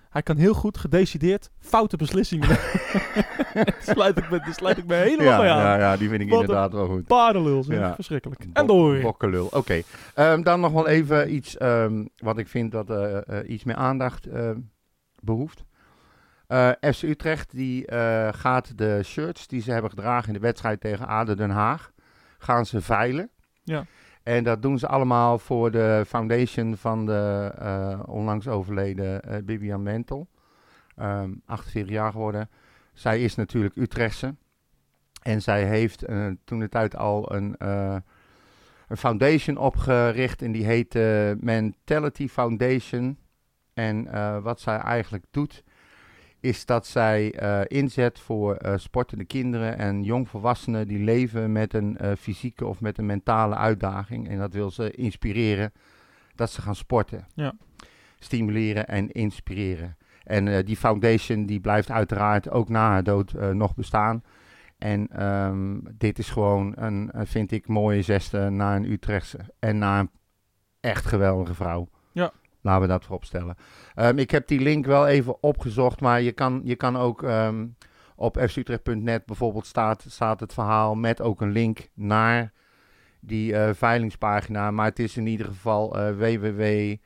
Hij kan heel goed gedecideerd foute beslissingen nemen. Daar sluit ik me, daar sluit ik me helemaal Ja, bij aan. ja, ja, die vind ik Wat inderdaad wel goed. Paardenlul, zeg. Ja. Verschrikkelijk. Bok- En door. Bokkelul. Oké. Ehm, dan nog wel even iets ehm, wat ik vind dat eh, eh, iets meer aandacht eh, behoeft. Eh, F C Utrecht die eh, gaat de shirts die ze hebben gedragen in de wedstrijd tegen A D O Den Haag, gaan ze veilen. Ja. En dat doen ze allemaal voor de foundation van de uh, onlangs overleden uh, Bibian Mentel. Um, achtenveertig jaar geworden. Zij is natuurlijk Utrechtse. En zij heeft uh, toen de tijd al een, uh, een foundation opgericht. En die heet uh, Mentality Foundation. En uh, wat zij eigenlijk doet, is dat zij uh, inzet voor uh, sportende kinderen en jongvolwassenen die leven met een uh, fysieke of met een mentale uitdaging. En dat wil ze inspireren dat ze gaan sporten. Ja. Stimuleren en inspireren. En uh, die foundation die blijft uiteraard ook na haar dood uh, nog bestaan. En um, dit is gewoon een, uh, vind ik, mooie zesde naar een Utrechtse en naar een echt geweldige vrouw. Ja. Laten we dat voorop stellen. Um, ik heb die link wel even opgezocht, maar je kan, je kan ook um, op f c utrecht punt net bijvoorbeeld staat, staat het verhaal met ook een link naar die uh, veilingspagina. Maar het is in ieder geval uh, w w w punt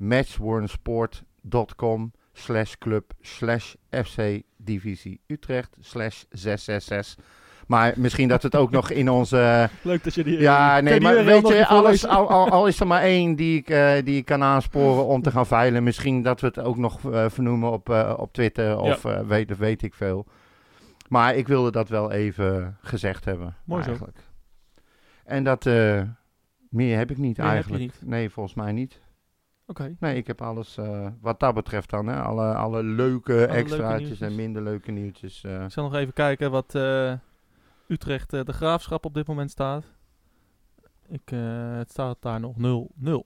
matchwornsport.com slash club slash fc divisie Utrecht slash zes zes zes. Maar misschien dat het ook nog in onze... Leuk dat je die... Ja, nee, die maar U R L nog weet je, even alles, voorlezen? al, al, al is er maar één die ik, uh, die ik kan aansporen om te gaan veilen. Misschien dat we het ook nog uh, vernoemen op, uh, op Twitter of uh, weet, weet ik veel. Maar ik wilde dat wel even gezegd hebben. Mooi zo. Eigenlijk. En dat... Uh, meer heb ik niet Meer heb je eigenlijk. niet. Nee, volgens mij niet. Oké. Okay. Nee, ik heb alles uh, wat dat betreft dan. Hè? Alle, alle leuke Alle extraatjes leuke en minder leuke nieuwtjes. Uh. Ik zal nog even kijken wat uh, Utrecht uh, de Graafschap op dit moment staat. Ik, uh, het staat daar nog nul nul.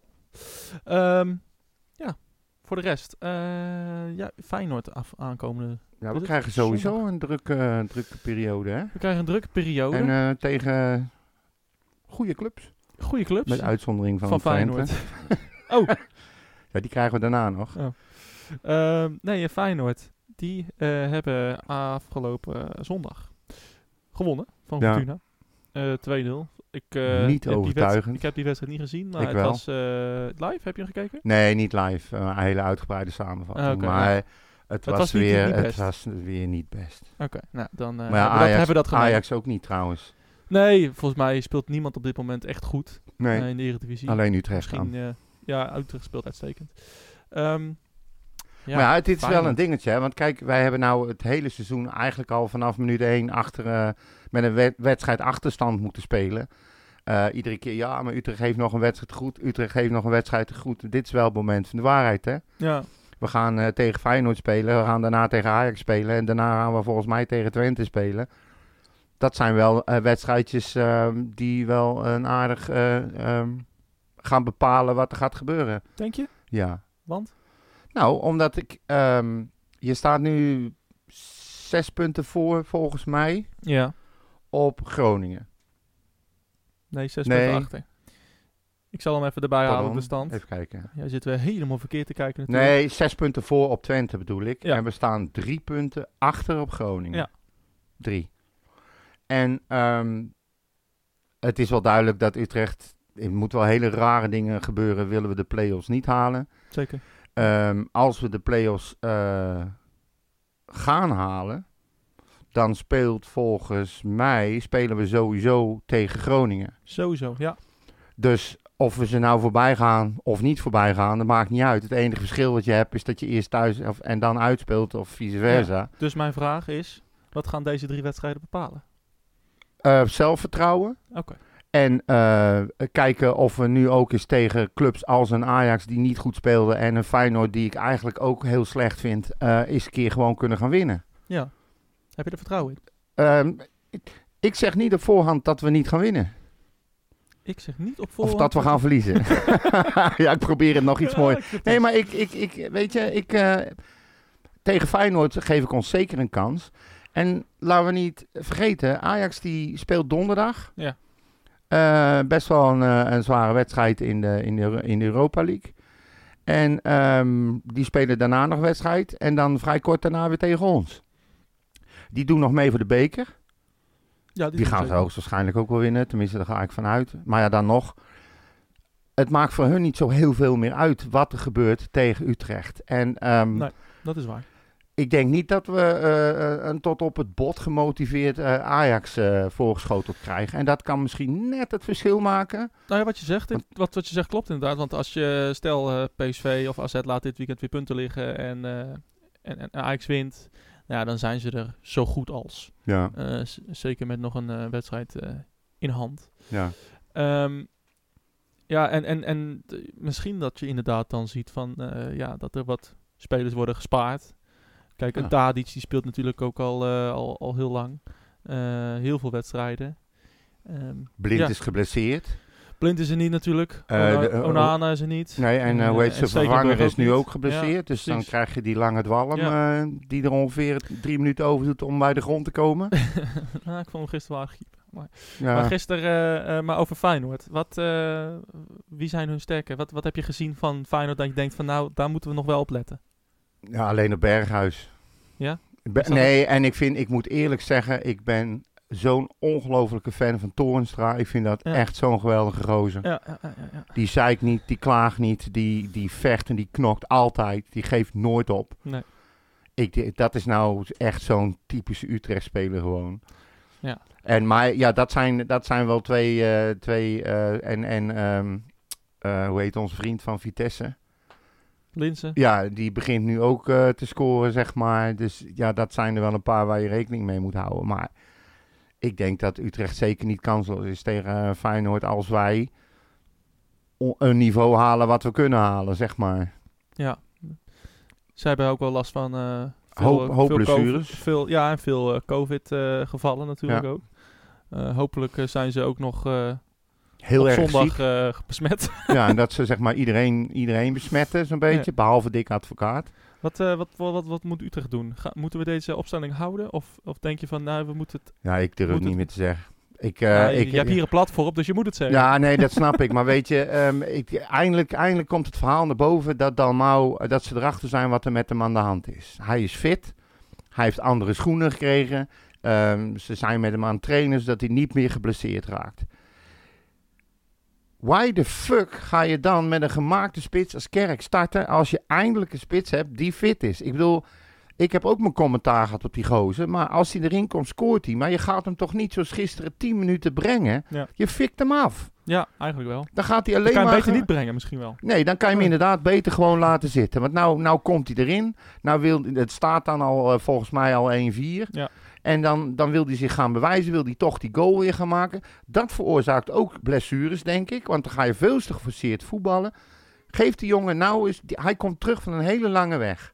Um, ja, voor de rest. Uh, ja, Feyenoord af, aankomende... Ja, we Dit krijgen is sowieso zondag. een drukke, uh, drukke periode. Hè? We krijgen een drukke periode. En uh, tegen goede clubs. Goede clubs. Met uitzondering van, van Feyenoord. Oh. Ja, die krijgen we daarna nog. Oh. Uh, nee, Feyenoord. Die uh, hebben afgelopen uh, zondag gewonnen van Ja. Fortuna. Uh, twee nul. Ik, uh, Niet heb die overtuigend. wedst- ik heb die wedstrijd niet gezien, maar Ik het wel. was uh, live. Heb je hem gekeken? Nee, niet live. Uh, een hele uitgebreide samenvatting. Ah, oké, maar ja. het, was was niet- weer, niet het best. was weer niet best. Oké, okay, nou dan uh, maar ja, hebben, we dat, Ajax, hebben we dat genomen. Ajax ook niet trouwens. Nee, volgens mij speelt niemand op dit moment echt goed Nee, uh, in de Eredivisie. alleen Utrecht Misschien, dan. uh, ja, Utrecht speelt uitstekend. Um, ja, maar ja, het is wel Feyenoord. een dingetje. Hè? Want kijk, wij hebben nou het hele seizoen eigenlijk al vanaf minuut één achter, uh, met een wed- wedstrijd achterstand moeten spelen. Uh, iedere keer, ja, maar Utrecht heeft nog een wedstrijd goed. Utrecht heeft nog een wedstrijd goed. Dit is wel het moment van de waarheid, hè? Ja, We gaan uh, tegen Feyenoord spelen. We gaan daarna tegen Ajax spelen. En daarna gaan we volgens mij tegen Twente spelen. Dat zijn wel uh, wedstrijdjes uh, die wel een aardig uh, um, gaan bepalen wat er gaat gebeuren. denk je? Ja. Want? Nou, omdat ik... Um, je staat nu zes punten voor, volgens mij, Ja. op Groningen. Nee, zes Nee. punten achter. Ik zal hem even erbij halen, Pardon, de stand. Even kijken. Jij zit weer helemaal verkeerd te kijken natuurlijk. Nee, zes punten voor op Twente bedoel ik. Ja. En we staan drie punten achter op Groningen. Ja. Drie. En um, het is wel duidelijk dat Utrecht... Er moeten wel hele rare dingen gebeuren. Willen we de play-offs niet halen. Zeker. Um, als we de play-offs uh, gaan halen... Dan speelt volgens mij... Spelen we sowieso tegen Groningen. Sowieso, ja. Dus of we ze nou voorbij gaan of niet voorbij gaan, dat maakt niet uit. Het enige verschil wat je hebt is dat je eerst thuis of, en dan uitspeelt of vice versa. Dus mijn vraag is, wat gaan deze drie wedstrijden bepalen? Uh, zelfvertrouwen. Oké. Okay. En uh, kijken of we nu ook eens tegen clubs als een Ajax die niet goed speelden en een Feyenoord die ik eigenlijk ook heel slecht vind, uh, eens een keer gewoon kunnen gaan winnen. Ja. Heb je er vertrouwen in? Um, ik, ik zeg niet op voorhand dat we niet gaan winnen. Ik zeg niet op voorhand... Of dat we gaan verliezen. Ja, ik probeer het nog iets Ja, moois. ik heb Nee, het. maar ik, ik, ik weet je, ik, uh, tegen Feyenoord geef ik ons zeker een kans. En laten we niet vergeten, Ajax die speelt donderdag. Ja. Uh, best wel een, uh, een zware wedstrijd in de, in, de, in de Europa League. En ehm, die spelen daarna nog wedstrijd. En dan vrij kort daarna weer tegen ons. Die doen nog mee voor de beker. Ja, Die gaan ze hoogstwaarschijnlijk ook wel winnen. Tenminste, daar ga ik vanuit. Maar ja, dan nog. Het maakt voor hun niet zo heel veel meer uit wat er gebeurt tegen Utrecht. En ehm, Nee, dat is waar. ik denk niet dat we uh, een tot op het bot gemotiveerd uh, Ajax uh, voorgeschoteld krijgen. En dat kan misschien net het verschil maken. Nou ja, wat je zegt, dit- wat, wat je zegt klopt inderdaad. Want als je, stel eh, P S V of A Z laat dit weekend weer punten liggen en, uh, en, en Ajax wint, ja, dan zijn ze er zo goed als. Ja, Uh, z- zeker met nog een uh, wedstrijd uh, in hand. ja. Um, ja, en, en, en t- misschien dat je inderdaad dan ziet van, uh, ja, dat er wat spelers worden gespaard. Kijk, Ja. een Tadic die speelt natuurlijk ook al, uh, al, al heel lang. Uh, heel veel wedstrijden. Um, Blind ja. is geblesseerd. Blind is er niet natuurlijk. Uh, Ona- de- uh, Onana is er niet. Nee, en uh, hoe heet en zijn Stekelenburg vervanger is ook nu niet. ook geblesseerd. Ja, dus dan precies. krijg je die lange dwalm Ja. uh, die er ongeveer drie minuten over doet om bij de grond te komen. Nou, ik vond hem gisteren wel aardig keeper. Maar, Ja. maar gisteren, uh, uh, maar over Feyenoord. Wat, uh, wie zijn hun sterken? Wat, wat heb je gezien van Feyenoord dat je denkt van, nou, daar moeten we nog wel op letten? Ja, alleen op Berghuis. Ja? Be- Is dat nee, en ik vind, ik moet eerlijk zeggen, ik ben zo'n ongelofelijke fan van Toornstra. Ik vind dat Ja. echt zo'n geweldige gozer. Ja, ja, ja, ja, ja. Die zeikt niet, die klaagt niet, die, die vecht en die knokt altijd. Die geeft nooit op. Nee. Ik, dat is nou echt zo'n typische Utrecht-speler gewoon. Ja. En maar ja, dat zijn, dat zijn wel twee, uh, twee uh, en, en um, uh, hoe heet onze vriend van Vitesse? Linzen. Ja, die begint nu ook uh, te scoren, zeg maar. Dus ja, dat zijn er wel een paar waar je rekening mee moet houden. Maar ik denk dat Utrecht zeker niet kansloos is tegen uh, Feyenoord als wij o- een niveau halen wat we kunnen halen, zeg maar. Ja. Zij hebben ook wel last van uh, veel, Hoop- hoop veel blessures. COVID, veel, ja, en veel uh, COVID-gevallen natuurlijk Ja. ook. Uh, hopelijk uh, zijn ze ook nog uh, Heel op erg zondag ziek. uh, besmet. Ja, en dat ze zeg maar iedereen, iedereen besmetten zo'n beetje, Ja. behalve Dick Advocaat. wat, uh, wat, wat, wat, wat moet Utrecht doen? Ga, moeten we deze opstelling houden? Of, of denk je van, nou, we moeten het... Ja, ik durf Moet het niet het- meer te zeggen. Ik, uh, Ja, je, ik, je hebt hier een platform, dus je moet het zeggen. Ja, nee, dat snap ik. Maar weet je, um, ik, eindelijk, eindelijk komt het verhaal naar boven dat Dalmau, uh, dat ze erachter zijn wat er met hem aan de hand is. Hij is fit. Hij heeft andere schoenen gekregen. Um, ze zijn met hem aan het trainen zodat hij niet meer geblesseerd raakt. Why the fuck ga je dan met een gemaakte spits als Kerk starten als je eindelijk een spits hebt die fit is? Ik bedoel, ik heb ook mijn commentaar gehad op die gozer, maar als hij erin komt scoort hij. Maar je gaat hem toch niet zoals gisteren tien minuten brengen? Ja. Je fikt hem af. Ja, eigenlijk wel. Dan gaat hij Dat alleen kan je maar... beter ge- niet brengen misschien wel. Nee, dan kan je hem Nee. inderdaad beter gewoon laten zitten. Want nou, nou komt hij erin. Nou wil, het staat dan al uh, volgens mij al één vier. Ja. En dan, dan wil hij zich gaan bewijzen. Wil hij toch die goal weer gaan maken. Dat veroorzaakt ook blessures, denk ik. Want dan ga je veel te geforceerd voetballen. Geef die jongen nou eens... die- hij komt terug van een hele lange weg.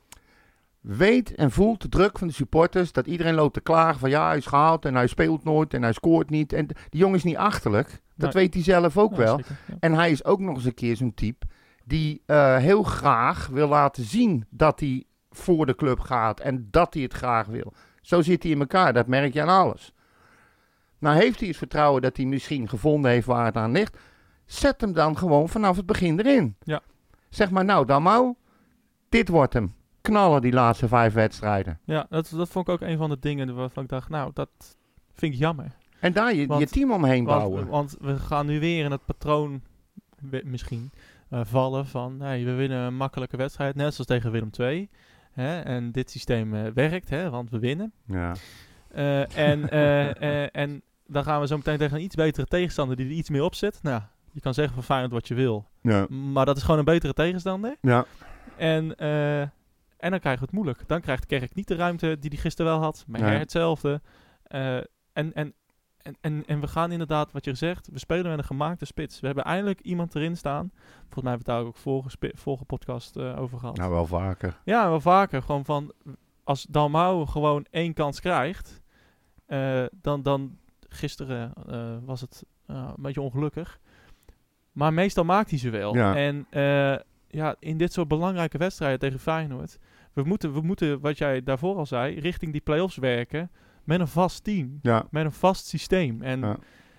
Weet en voelt de druk van de supporters. Dat iedereen loopt te klagen van ja, hij is gehaald en hij speelt nooit en hij scoort niet. En die jongen is niet achterlijk. Dat Nee. weet hij zelf ook Ja, wel. zeker, ja. En hij is ook nog eens een keer zo'n type die uh, heel graag wil laten zien dat hij voor de club gaat en dat hij het graag wil. Zo zit hij in elkaar, dat merk je aan alles. Nou heeft hij het vertrouwen dat hij misschien gevonden heeft waar het aan ligt. Zet hem dan gewoon vanaf het begin erin. Ja. Zeg maar nou, Dalmau, dit wordt hem. Knallen die laatste vijf wedstrijden. Ja, dat, dat vond ik ook een van de dingen waarvan ik dacht, nou, dat vind ik jammer. En daar je, Want- je team omheen bouwen. Want, want we gaan nu weer in het patroon we- misschien uh, vallen van, hey, we winnen een makkelijke wedstrijd, net zoals tegen Willem twee. Hè, en dit systeem uh, werkt, hè, want we winnen. Ja. Uh, en, uh, uh, en dan gaan we zo meteen tegen een iets betere tegenstander die er iets meer op zet. Nou, je kan zeggen van Feyenoord wat je wil. Ja. Maar dat is gewoon een betere tegenstander. Ja. En, uh, en dan krijgen we het moeilijk. Dan krijgt Kerk niet de ruimte die hij gisteren wel had. Maar Nee. hetzelfde. Uh, en, en, en, en, en we gaan inderdaad, wat je zegt, we spelen met een gemaakte spits. We hebben eindelijk iemand erin staan. Volgens mij hebben we het daar ook vorige, spi- vorige podcast uh, over gehad. Nou, wel vaker. Ja, wel vaker. Gewoon van, als Dalmau gewoon één kans krijgt, uh, dan, dan gisteren uh, was het uh, een beetje ongelukkig. Maar meestal maakt hij ze wel. Ja. En uh, ja, in dit soort belangrijke wedstrijden tegen Feyenoord, we moeten, we moeten, wat jij daarvoor al zei, richting die play-offs werken met een vast team. Ja. Met een vast systeem. En Ja.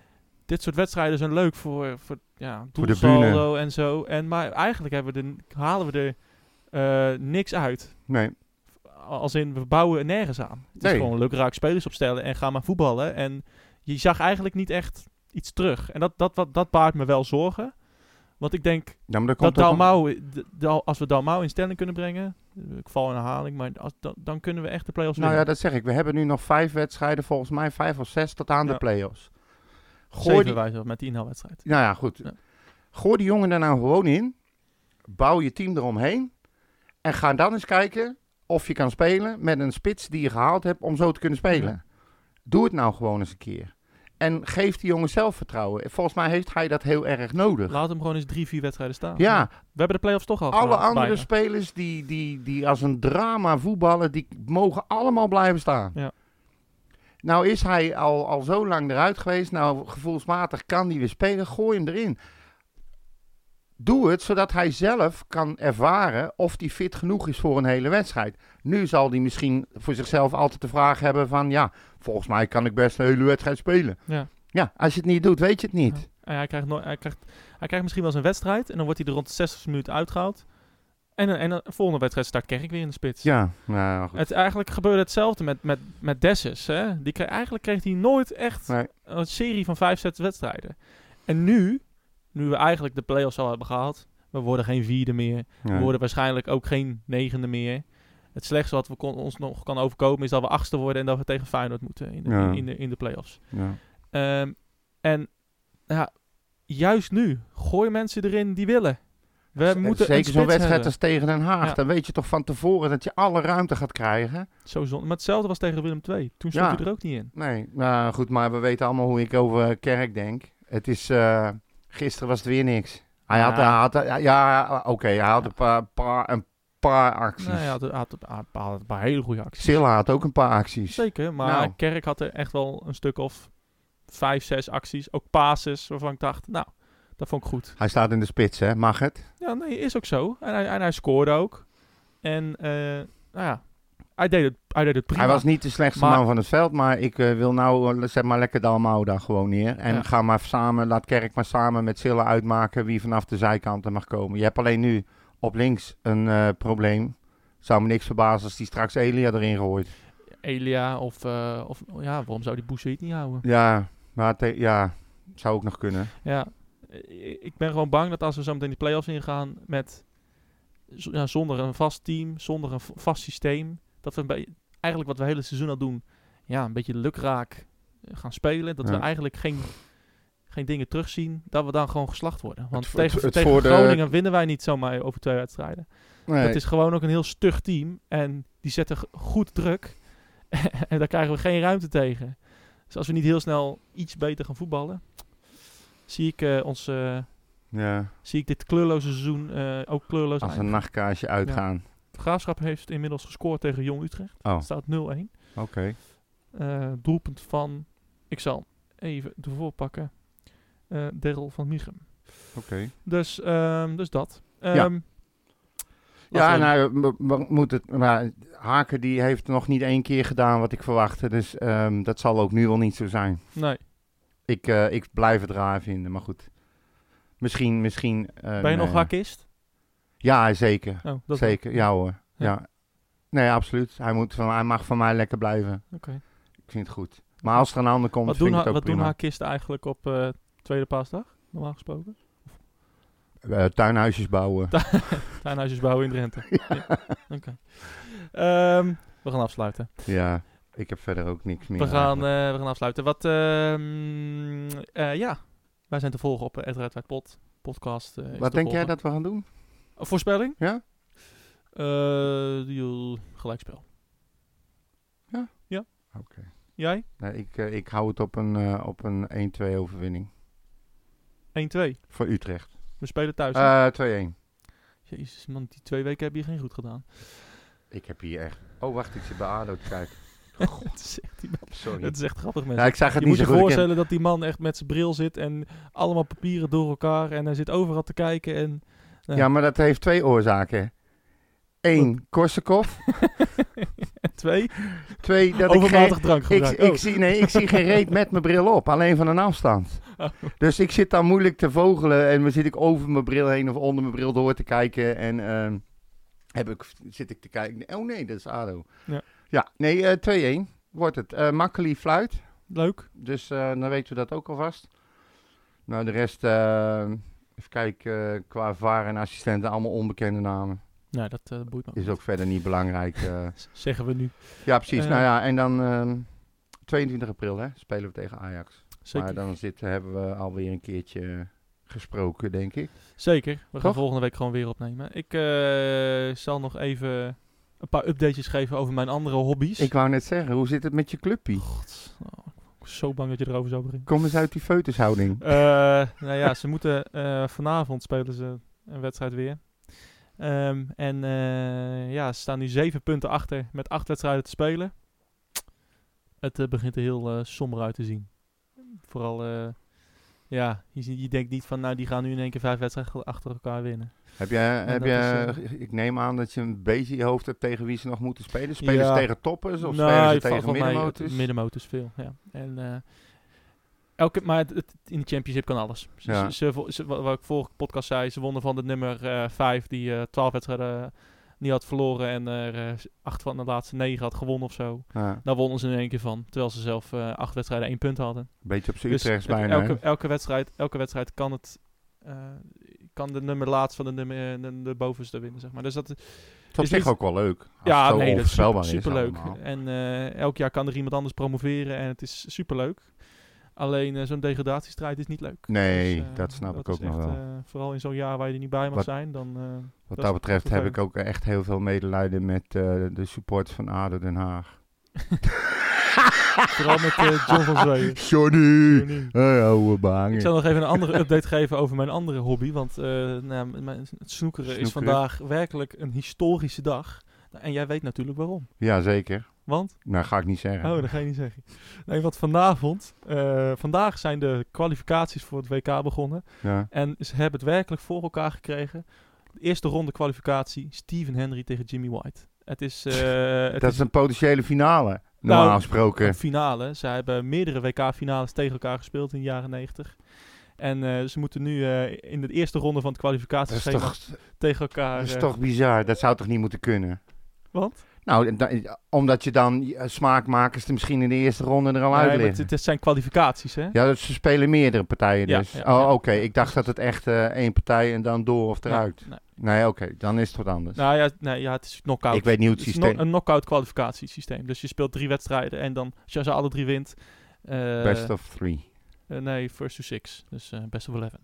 dit soort wedstrijden zijn leuk voor, voor, ja, Voor de doelsaldo en zo. En, maar eigenlijk hebben we de, halen we er uh, niks uit. Nee. Als in, we bouwen nergens aan. Het Nee. is gewoon leuk raak spelers opstellen en gaan maar voetballen. En je zag eigenlijk niet echt iets terug. En dat, dat, dat, dat baart me wel zorgen. Want ik denk Ja, maar dat dat komt ook Dalmau, d- d- als we Dalmau in stelling kunnen brengen, uh, ik val in herhaling, maar als, dan, dan kunnen we echt de play-offs Nou ja, winnen. dat zeg ik. We hebben nu nog vijf wedstrijden, volgens mij vijf of zes tot aan Ja. de play-offs. Gooi Zeven die, wijze met die inhaalwedstrijd. nou ja, goed. Ja. Gooi die jongen er nou gewoon in. Bouw je team eromheen. En ga dan eens kijken of je kan spelen met een spits die je gehaald hebt om zo te kunnen spelen. Ja. Doe het nou gewoon eens een keer. En geef die jongen zelfvertrouwen. Volgens mij heeft hij dat heel erg nodig. Laat hem gewoon eens drie, vier wedstrijden staan. Ja, We hebben de play-offs toch al alle gehaald, andere bijna. spelers die, die, die als een drama voetballen, die mogen allemaal blijven staan. Ja. Nou is hij al, al zo lang eruit geweest. Nou, gevoelsmatig kan hij weer spelen. Gooi hem erin. Doe het zodat hij zelf kan ervaren of hij fit genoeg is voor een hele wedstrijd. Nu zal hij misschien voor zichzelf altijd de vraag hebben van... Ja, volgens mij kan ik best een hele wedstrijd spelen. Ja. Ja, als je het niet doet, weet je het niet. En hij, krijgt nooit- hij, krijgt, hij krijgt misschien wel eens een wedstrijd en dan wordt hij er rond de zestigste minuut uitgehaald. En, dan- en dan de volgende wedstrijd start Kerk weer in de spits. Ja, nou goed. Het, eigenlijk gebeurde hetzelfde met, met, met Dessus. Hè? Die kreeg, eigenlijk kreeg hij nooit echt Nee. een serie van vijf, zes wedstrijden. En nu, nu we eigenlijk de play-offs al hebben gehaald, we worden geen vierde meer. Ja. We worden waarschijnlijk ook geen negende meer. Het slechtste wat we kon, ons nog kan overkomen is dat we achtste worden en dat we tegen Feyenoord moeten in de, Ja. in de, in de play-offs. Ja. Ehm, en ja, juist nu, gooi mensen erin die willen. We moeten een Zeker zo'n spits wedstrijd hebben. als tegen Den Haag. Ja. Dan weet je toch van tevoren dat je alle ruimte gaat krijgen. Zo zonde. Maar hetzelfde was tegen Willem twee. Toen stond Ja. hij er ook niet in. Nee, nou goed, maar we weten allemaal hoe ik over Kerk denk. Het is, eh, gisteren was het weer niks. Hij had, Ja. hij had ja, oké, hij had een paar, paar, een paar acties. Nou, hij had, hij had, hij had- hij had een paar hele goede acties. Silla had ook een paar acties. Zeker, maar Nou. Kerk had er echt wel een stuk of vijf, zes acties. Ook passes waarvan ik dacht, nou, dat vond ik goed. Hij staat in de spits, hè? Mag het? Ja, nee, is ook zo. En hij, en hij scoorde ook. En, eh, nou ja, hij deed het, hij deed het prima. Hij was niet de slechtste Maar- man van het veld, maar ik eh, wil nou, eh, zet maar lekker Dalmau daar gewoon neer. En Ja. ga maar samen, laat Kerk maar samen met Silla uitmaken wie vanaf de zijkanten mag komen. Je hebt alleen nu op links een eh, probleem. Zou me niks verbazen als die straks Elia erin gooit. Elia of, eh, of ja, waarom zou die Boussaïd niet houden? Ja, maar te- ja, zou ook nog kunnen. Ja, i- ik ben gewoon bang dat als we zo meteen die play-offs ingaan met z- ja, zonder een vast team, zonder een v- vast systeem, dat we een be- eigenlijk wat we het hele seizoen al doen, ja, een beetje lukraak eh, gaan spelen, dat Ja. we eigenlijk geen, geen dingen terugzien, dat we dan gewoon geslacht worden. Want Het- tegen, het- het tegen voor de- Groningen winnen wij niet zomaar over twee wedstrijden. Nee. Het is gewoon ook een heel stug team en die zetten g- goed druk en daar krijgen we geen ruimte tegen. Dus als we niet heel snel iets beter gaan voetballen, zie ik eh, ons... eh, ja, zie ik dit kleurloze seizoen eh, ook kleurloos als een eindigen. nachtkaarsje uitgaan. De Graafschap heeft inmiddels gescoord tegen Jong Utrecht. Oh, Het staat nul een. oké. Eh, doelpunt van, ik zal even ervoor pakken, eh Daryl van Michem. Oké. Dus, ehm, dus dat. Ja. Ehm, wat Ja, we- nou, we- we moeten het, maar Haken die heeft nog niet één keer gedaan wat ik verwachtte. Dus ehm, dat zal ook nu wel niet zo zijn. Nee, Ik, eh, ik blijf het raar vinden, maar goed. Misschien, misschien... eh, ben je nog nee. hakist? Ja, zeker. Oh, dat Zeker, ja hoor. Ja. Ja. Nee, absoluut. Hij, moet van, hij mag van mij lekker blijven. Oké. Ik vind het goed. Maar als er een ander komt, Wat, vind doen, ik ha- het ook wat doen prima. hakisten eigenlijk op eh, tweede paasdag, normaal gesproken? Eh, tuinhuisjes bouwen. Tuinhuisjes bouwen in Drenthe. Ja. Oké. Ehm, we gaan afsluiten. Ja, ik heb verder ook niks meer. We gaan, eh, eigenlijk. we gaan afsluiten. Wat, ehm, eh, ja, wij zijn te volgen op uh, Red Pod podcast. eh, is Wat te denk jij volgen. dat we gaan doen? Een voorspelling? Ja? Eh, die, gelijkspel. Oké. Jij? Nee, ik, eh, ik hou het op een, eh, op een één-twee overwinning. één twee. Voor Utrecht. We spelen thuis. hè? Eh twee-één. Jezus man, die twee weken heb je geen goed gedaan. Ik heb hier echt... Oh, wacht, ik zit bij A D O te kijken. het, is echt, die- Sorry. het is echt grappig mensen. Ja, ik zag het Je niet moet zo je goed. Ik- voorstellen dat die man echt met zijn bril zit en allemaal papieren door elkaar en hij zit overal te kijken en... Ja, maar dat heeft twee oorzaken. Eén, Korsakoff. En Twee, Twee, dat ik overmatig geen... drankgebruik. Ik, ik, Oh. zie, nee, ik zie geen reet met mijn bril op, alleen van een afstand. Oh. Dus ik zit daar moeilijk te vogelen en dan zit ik over mijn bril heen of onder mijn bril door te kijken. En ehm, heb ik, zit ik te kijken. Oh nee, dat is A D O. Ja. Ja, nee, eh, twee-een wordt het. Uh, Makkeli fluit, Leuk. dus uh, dan weten we dat ook alvast. Nou, de rest, uh, even kijken, uh, qua V A R en assistenten, allemaal onbekende namen. Nou, dat uh, boeit me. Is ook verder niet belangrijk. Uh. Zeggen we nu. Ja, precies. Uh, nou ja, en dan uh, tweeëntwintig april hè, spelen we tegen Ajax. Zeker. Maar dan zit, hebben we alweer een keertje gesproken, denk ik. Zeker. We gaan Toch? volgende week gewoon weer opnemen. Ik uh, zal nog even een paar updates geven over mijn andere hobby's. Ik wou net zeggen, hoe zit het met je clubpie? God, oh, ik ben zo bang dat je erover zou beginnen. Kom eens uit die feutushouding. Uh, nou ja, ze moeten uh, vanavond spelen ze een wedstrijd weer. Um, en uh, ja, ze staan nu zeven punten achter met acht wedstrijden te spelen. Het uh, begint er heel uh, somber uit te zien. Vooral, uh, ja, je, je denkt niet van, nou die gaan nu in één keer vijf wedstrijden achter elkaar winnen. Heb je, heb je is, uh, ik neem aan dat je een beetje je hoofd hebt tegen wie ze nog moeten spelen. Spelen ja, ze tegen toppers of nou, spelen ze van, tegen van middenmotors? Mij, middenmotors veel, ja. En, uh, elke, maar het, het, in de Championship kan alles. Ze, Ja. ze, ze, ze, wat ik vorige podcast zei, ze wonnen van de nummer uh, vijf die uh, twaalf wedstrijden uh, niet had verloren en er uh, acht van de laatste negen had gewonnen of zo. Ja. Daar wonnen ze in één keer van, terwijl ze zelf uh, acht wedstrijden één punt hadden. Beetje op z'n Dus Utrechts het, bijna. elke, hè? elke, wedstrijd, elke wedstrijd kan het uh, kan de nummer laatst van de, nummer, de, de bovenste winnen, zeg maar. Dus dat Het is op is zich niet- ook wel leuk. Als ja, het zo nee, dat is super, onvoorspelbaar is superleuk. allemaal. En uh, elk jaar kan er iemand anders promoveren en het is superleuk. Alleen uh, zo'n degradatiestrijd is niet leuk. Nee, Dus, uh, dat snap ik is ook nog echt, wel. uh, vooral in zo'n jaar waar je er niet bij mag Wat- zijn, dan... uh, Wat dat dat is betreft heb vervelend. ik ook echt heel veel medelijden met uh, de supporters van A D O Den Haag. Vooral met uh, John van Zweeën. Johnny! Johnny. Hey, ouwe bangen. Ik zal nog even een andere update geven over mijn andere hobby. Want uh, nou, mijn, het snoekeren is Snoekeren. vandaag werkelijk een historische dag. En jij weet natuurlijk waarom. Ja, zeker. Want? Nou, ga ik niet zeggen. Oh, dat ga je niet zeggen. Nee, want vanavond, uh, vandaag zijn de kwalificaties voor het W K begonnen. Ja. En ze hebben het werkelijk voor elkaar gekregen. De eerste ronde kwalificatie, Stephen Henry tegen Jimmy White. Het is... Uh, het Dat is een potentiële finale, normaal Nou, gesproken. een finale. Ze hebben meerdere W K-finales tegen elkaar gespeeld in de jaren negentig. En uh, ze moeten nu uh, in de eerste ronde van het Dat is, kwalificatieschema toch, tegen elkaar... dat is uh, toch bizar? Dat zou toch niet moeten kunnen? Want? Nou, da- omdat je dan uh, smaakmakers er misschien in de eerste ronde er al Nee, uit maar liggen. het, het zijn kwalificaties, hè? Ja, dus ze spelen meerdere partijen Ja, dus. ja, oh, ja. oké. Okay. Ik dacht dat het echt uh, één partij en dan door of eruit. Nee. Nee, oké. Okay. Dan is het wat anders. Nou ja, nee, ja, het is knock-out. Ik weet niet hoe het Het is systeem... no- een knock-out kwalificatiesysteem. Dus je speelt drie wedstrijden en dan, als je ze alle drie wint... Uh, Best of three. uh, nee, first to six. Dus uh, best of eleven.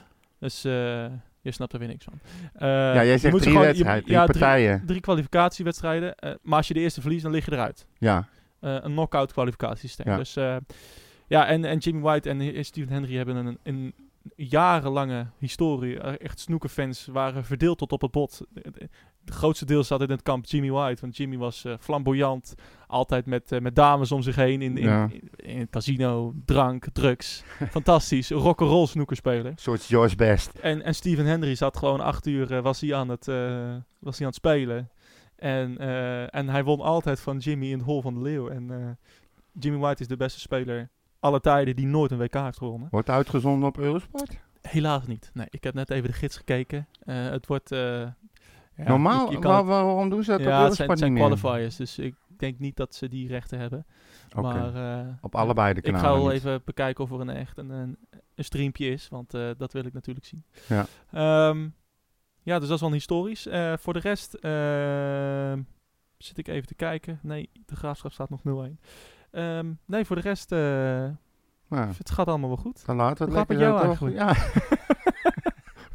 Dus uh, je snapt er weer niks van. Uh, Ja, jij je zegt moet ze drie gewoon- je- wedstrijden, drie ja, drie, partijen. drie kwalificatiewedstrijden. Uh, maar als je de eerste verliest, dan lig je eruit. Ja. Uh, een knock-out kwalificatiesysteem. Ja. Dus uh, ja, en, en Jimmy White en uh, Stephen Henry hebben een, een jarenlange historie. Uh, echt snoekerfans waren verdeeld tot op het bot. Het grootste deel zat in het kamp Jimmy White. Want Jimmy was uh, flamboyant. Altijd met, uh, met dames om zich heen. In, in, Ja. in, in het casino, drank, drugs. Fantastisch. Rock'n'roll snoekerspeler. Een soort George Best. En, en Stephen Henry zat gewoon acht uur uh, was hij aan het, uh, was hij aan het spelen. En, uh, en hij won altijd van Jimmy in het Hol van de Leeuw. En uh, Jimmy White is de beste speler aller tijden die nooit een W K heeft gewonnen. Wordt uitgezonden op Eurosport? Helaas niet. Nee, ik heb net even de gids gekeken. Uh, het wordt... Uh, ja, Normaal? je- je kan Waar- het- waarom doen ze dat op ja, het zijn, Eurosport het zijn niet meer? qualifiers. Dus ik denk niet dat ze die rechten hebben. Oké. Maar, uh, Op allebei de ik kanalen ga wel niet. even bekijken of er een echt een, een, een streampje is. Want uh, dat wil ik natuurlijk zien. Ja. Um, ja, dus dat is wel historisch. Uh, voor de rest uh, zit ik even te kijken. Nee, de Graafschap staat nog nul-een. Um, nee, voor de rest... Uh, Ja, het gaat allemaal wel goed. dan laten we Hoe het gaat lekker het zo, met toch? jou Ja.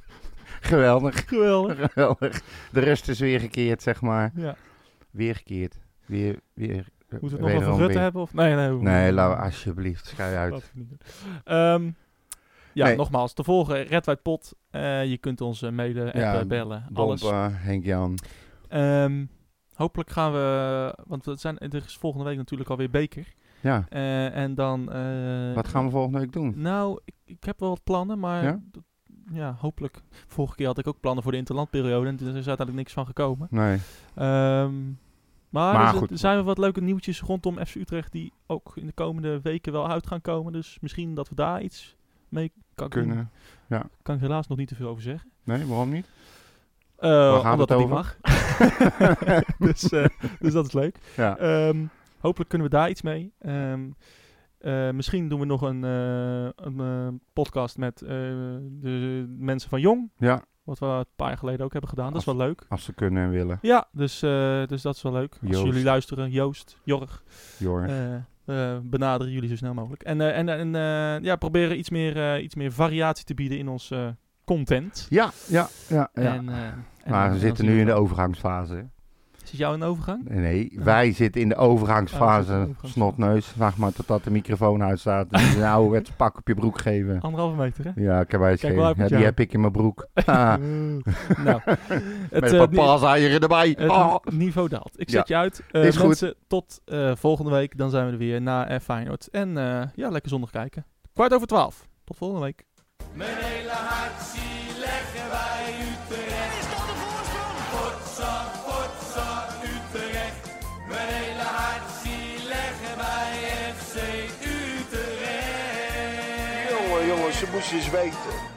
Geweldig. Geweldig. Geweldig. De rust is weergekeerd, zeg maar. Ja. Weergekeerd. Weer, weer. Moeten we het nog over Rutte hebben? Of? Nee, nee. hoeven we Nee, niet. Lau, alsjeblieft. Schij uit. Laten we niet doen. Um, ja, Nee. nogmaals, te volgen, Red White Pot. Uh, je kunt ons uh, mailen, appen, Ja, bellen, alles. Dompa, Henk-Jan. Um, hopelijk gaan we, want we zijn, er is volgende week natuurlijk alweer beker. Ja. Uh, en dan... Uh, Wat gaan we volgende week doen? Nou, ik, ik heb wel wat plannen, maar Ja? d- ja, hopelijk. Vorige keer had ik ook plannen voor de interlandperiode en er is uiteindelijk niks van gekomen. Nee. Um, Maar, Maar er, z- goed. er zijn wel wat leuke nieuwtjes rondom F C Utrecht die ook in de komende weken wel uit gaan komen. Dus misschien dat we daar iets mee kan Kunnen. Daar kan ik helaas nog niet te veel over zeggen. Nee, waarom niet? Uh, gaat omdat het dat niet mag. dus, uh, dus dat is leuk. Ja. Um, hopelijk kunnen we daar iets mee. Um, uh, misschien doen we nog een, uh, een uh, podcast met uh, de mensen van Jong. Ja. Wat we een paar jaar geleden ook hebben gedaan. Dat Als, is wel leuk. Als ze kunnen en willen. Ja, dus, uh, dus dat is wel leuk. Als Joost. jullie luisteren, Joost, Jorg. Jorg. Uh, uh, benaderen jullie zo snel mogelijk. En, uh, en, en uh, ja, proberen iets meer, uh, iets meer variatie te bieden in ons uh, content. Ja, ja, ja. ja. En, uh, maar en, we uh, zitten nu in de overgangsfase. Hè? Zit jou in de overgang? Nee, Oh. wij zitten in de overgangsfase. Oh, overgangsfase. Snotneus, wacht maar totdat de microfoon uitstaat. En een ouderwetse pak op je broek geven. Anderhalve meter, hè? Ja, ik heb bij Kijk wel uit ja, met die jou. heb ik in mijn broek. Ah, nou, het, met uh, een ni- paar paaseieren erbij. het Oh. niveau daalt. Ik Ja. zet je uit. Uh, Is goed. mensen, tot uh, volgende week. Dan zijn we er weer na uh, Feyenoord. En uh, ja, lekker zondag kijken. Kwart over twaalf. Tot volgende week. Mijn hele hart zie leggen wij Utrecht. Is dat de voorsprong? Potsa, potsa, Utrecht. Mijn hele hart zie leggen wij F C Utrecht. Jongen, jongens, ze moesten eens weten.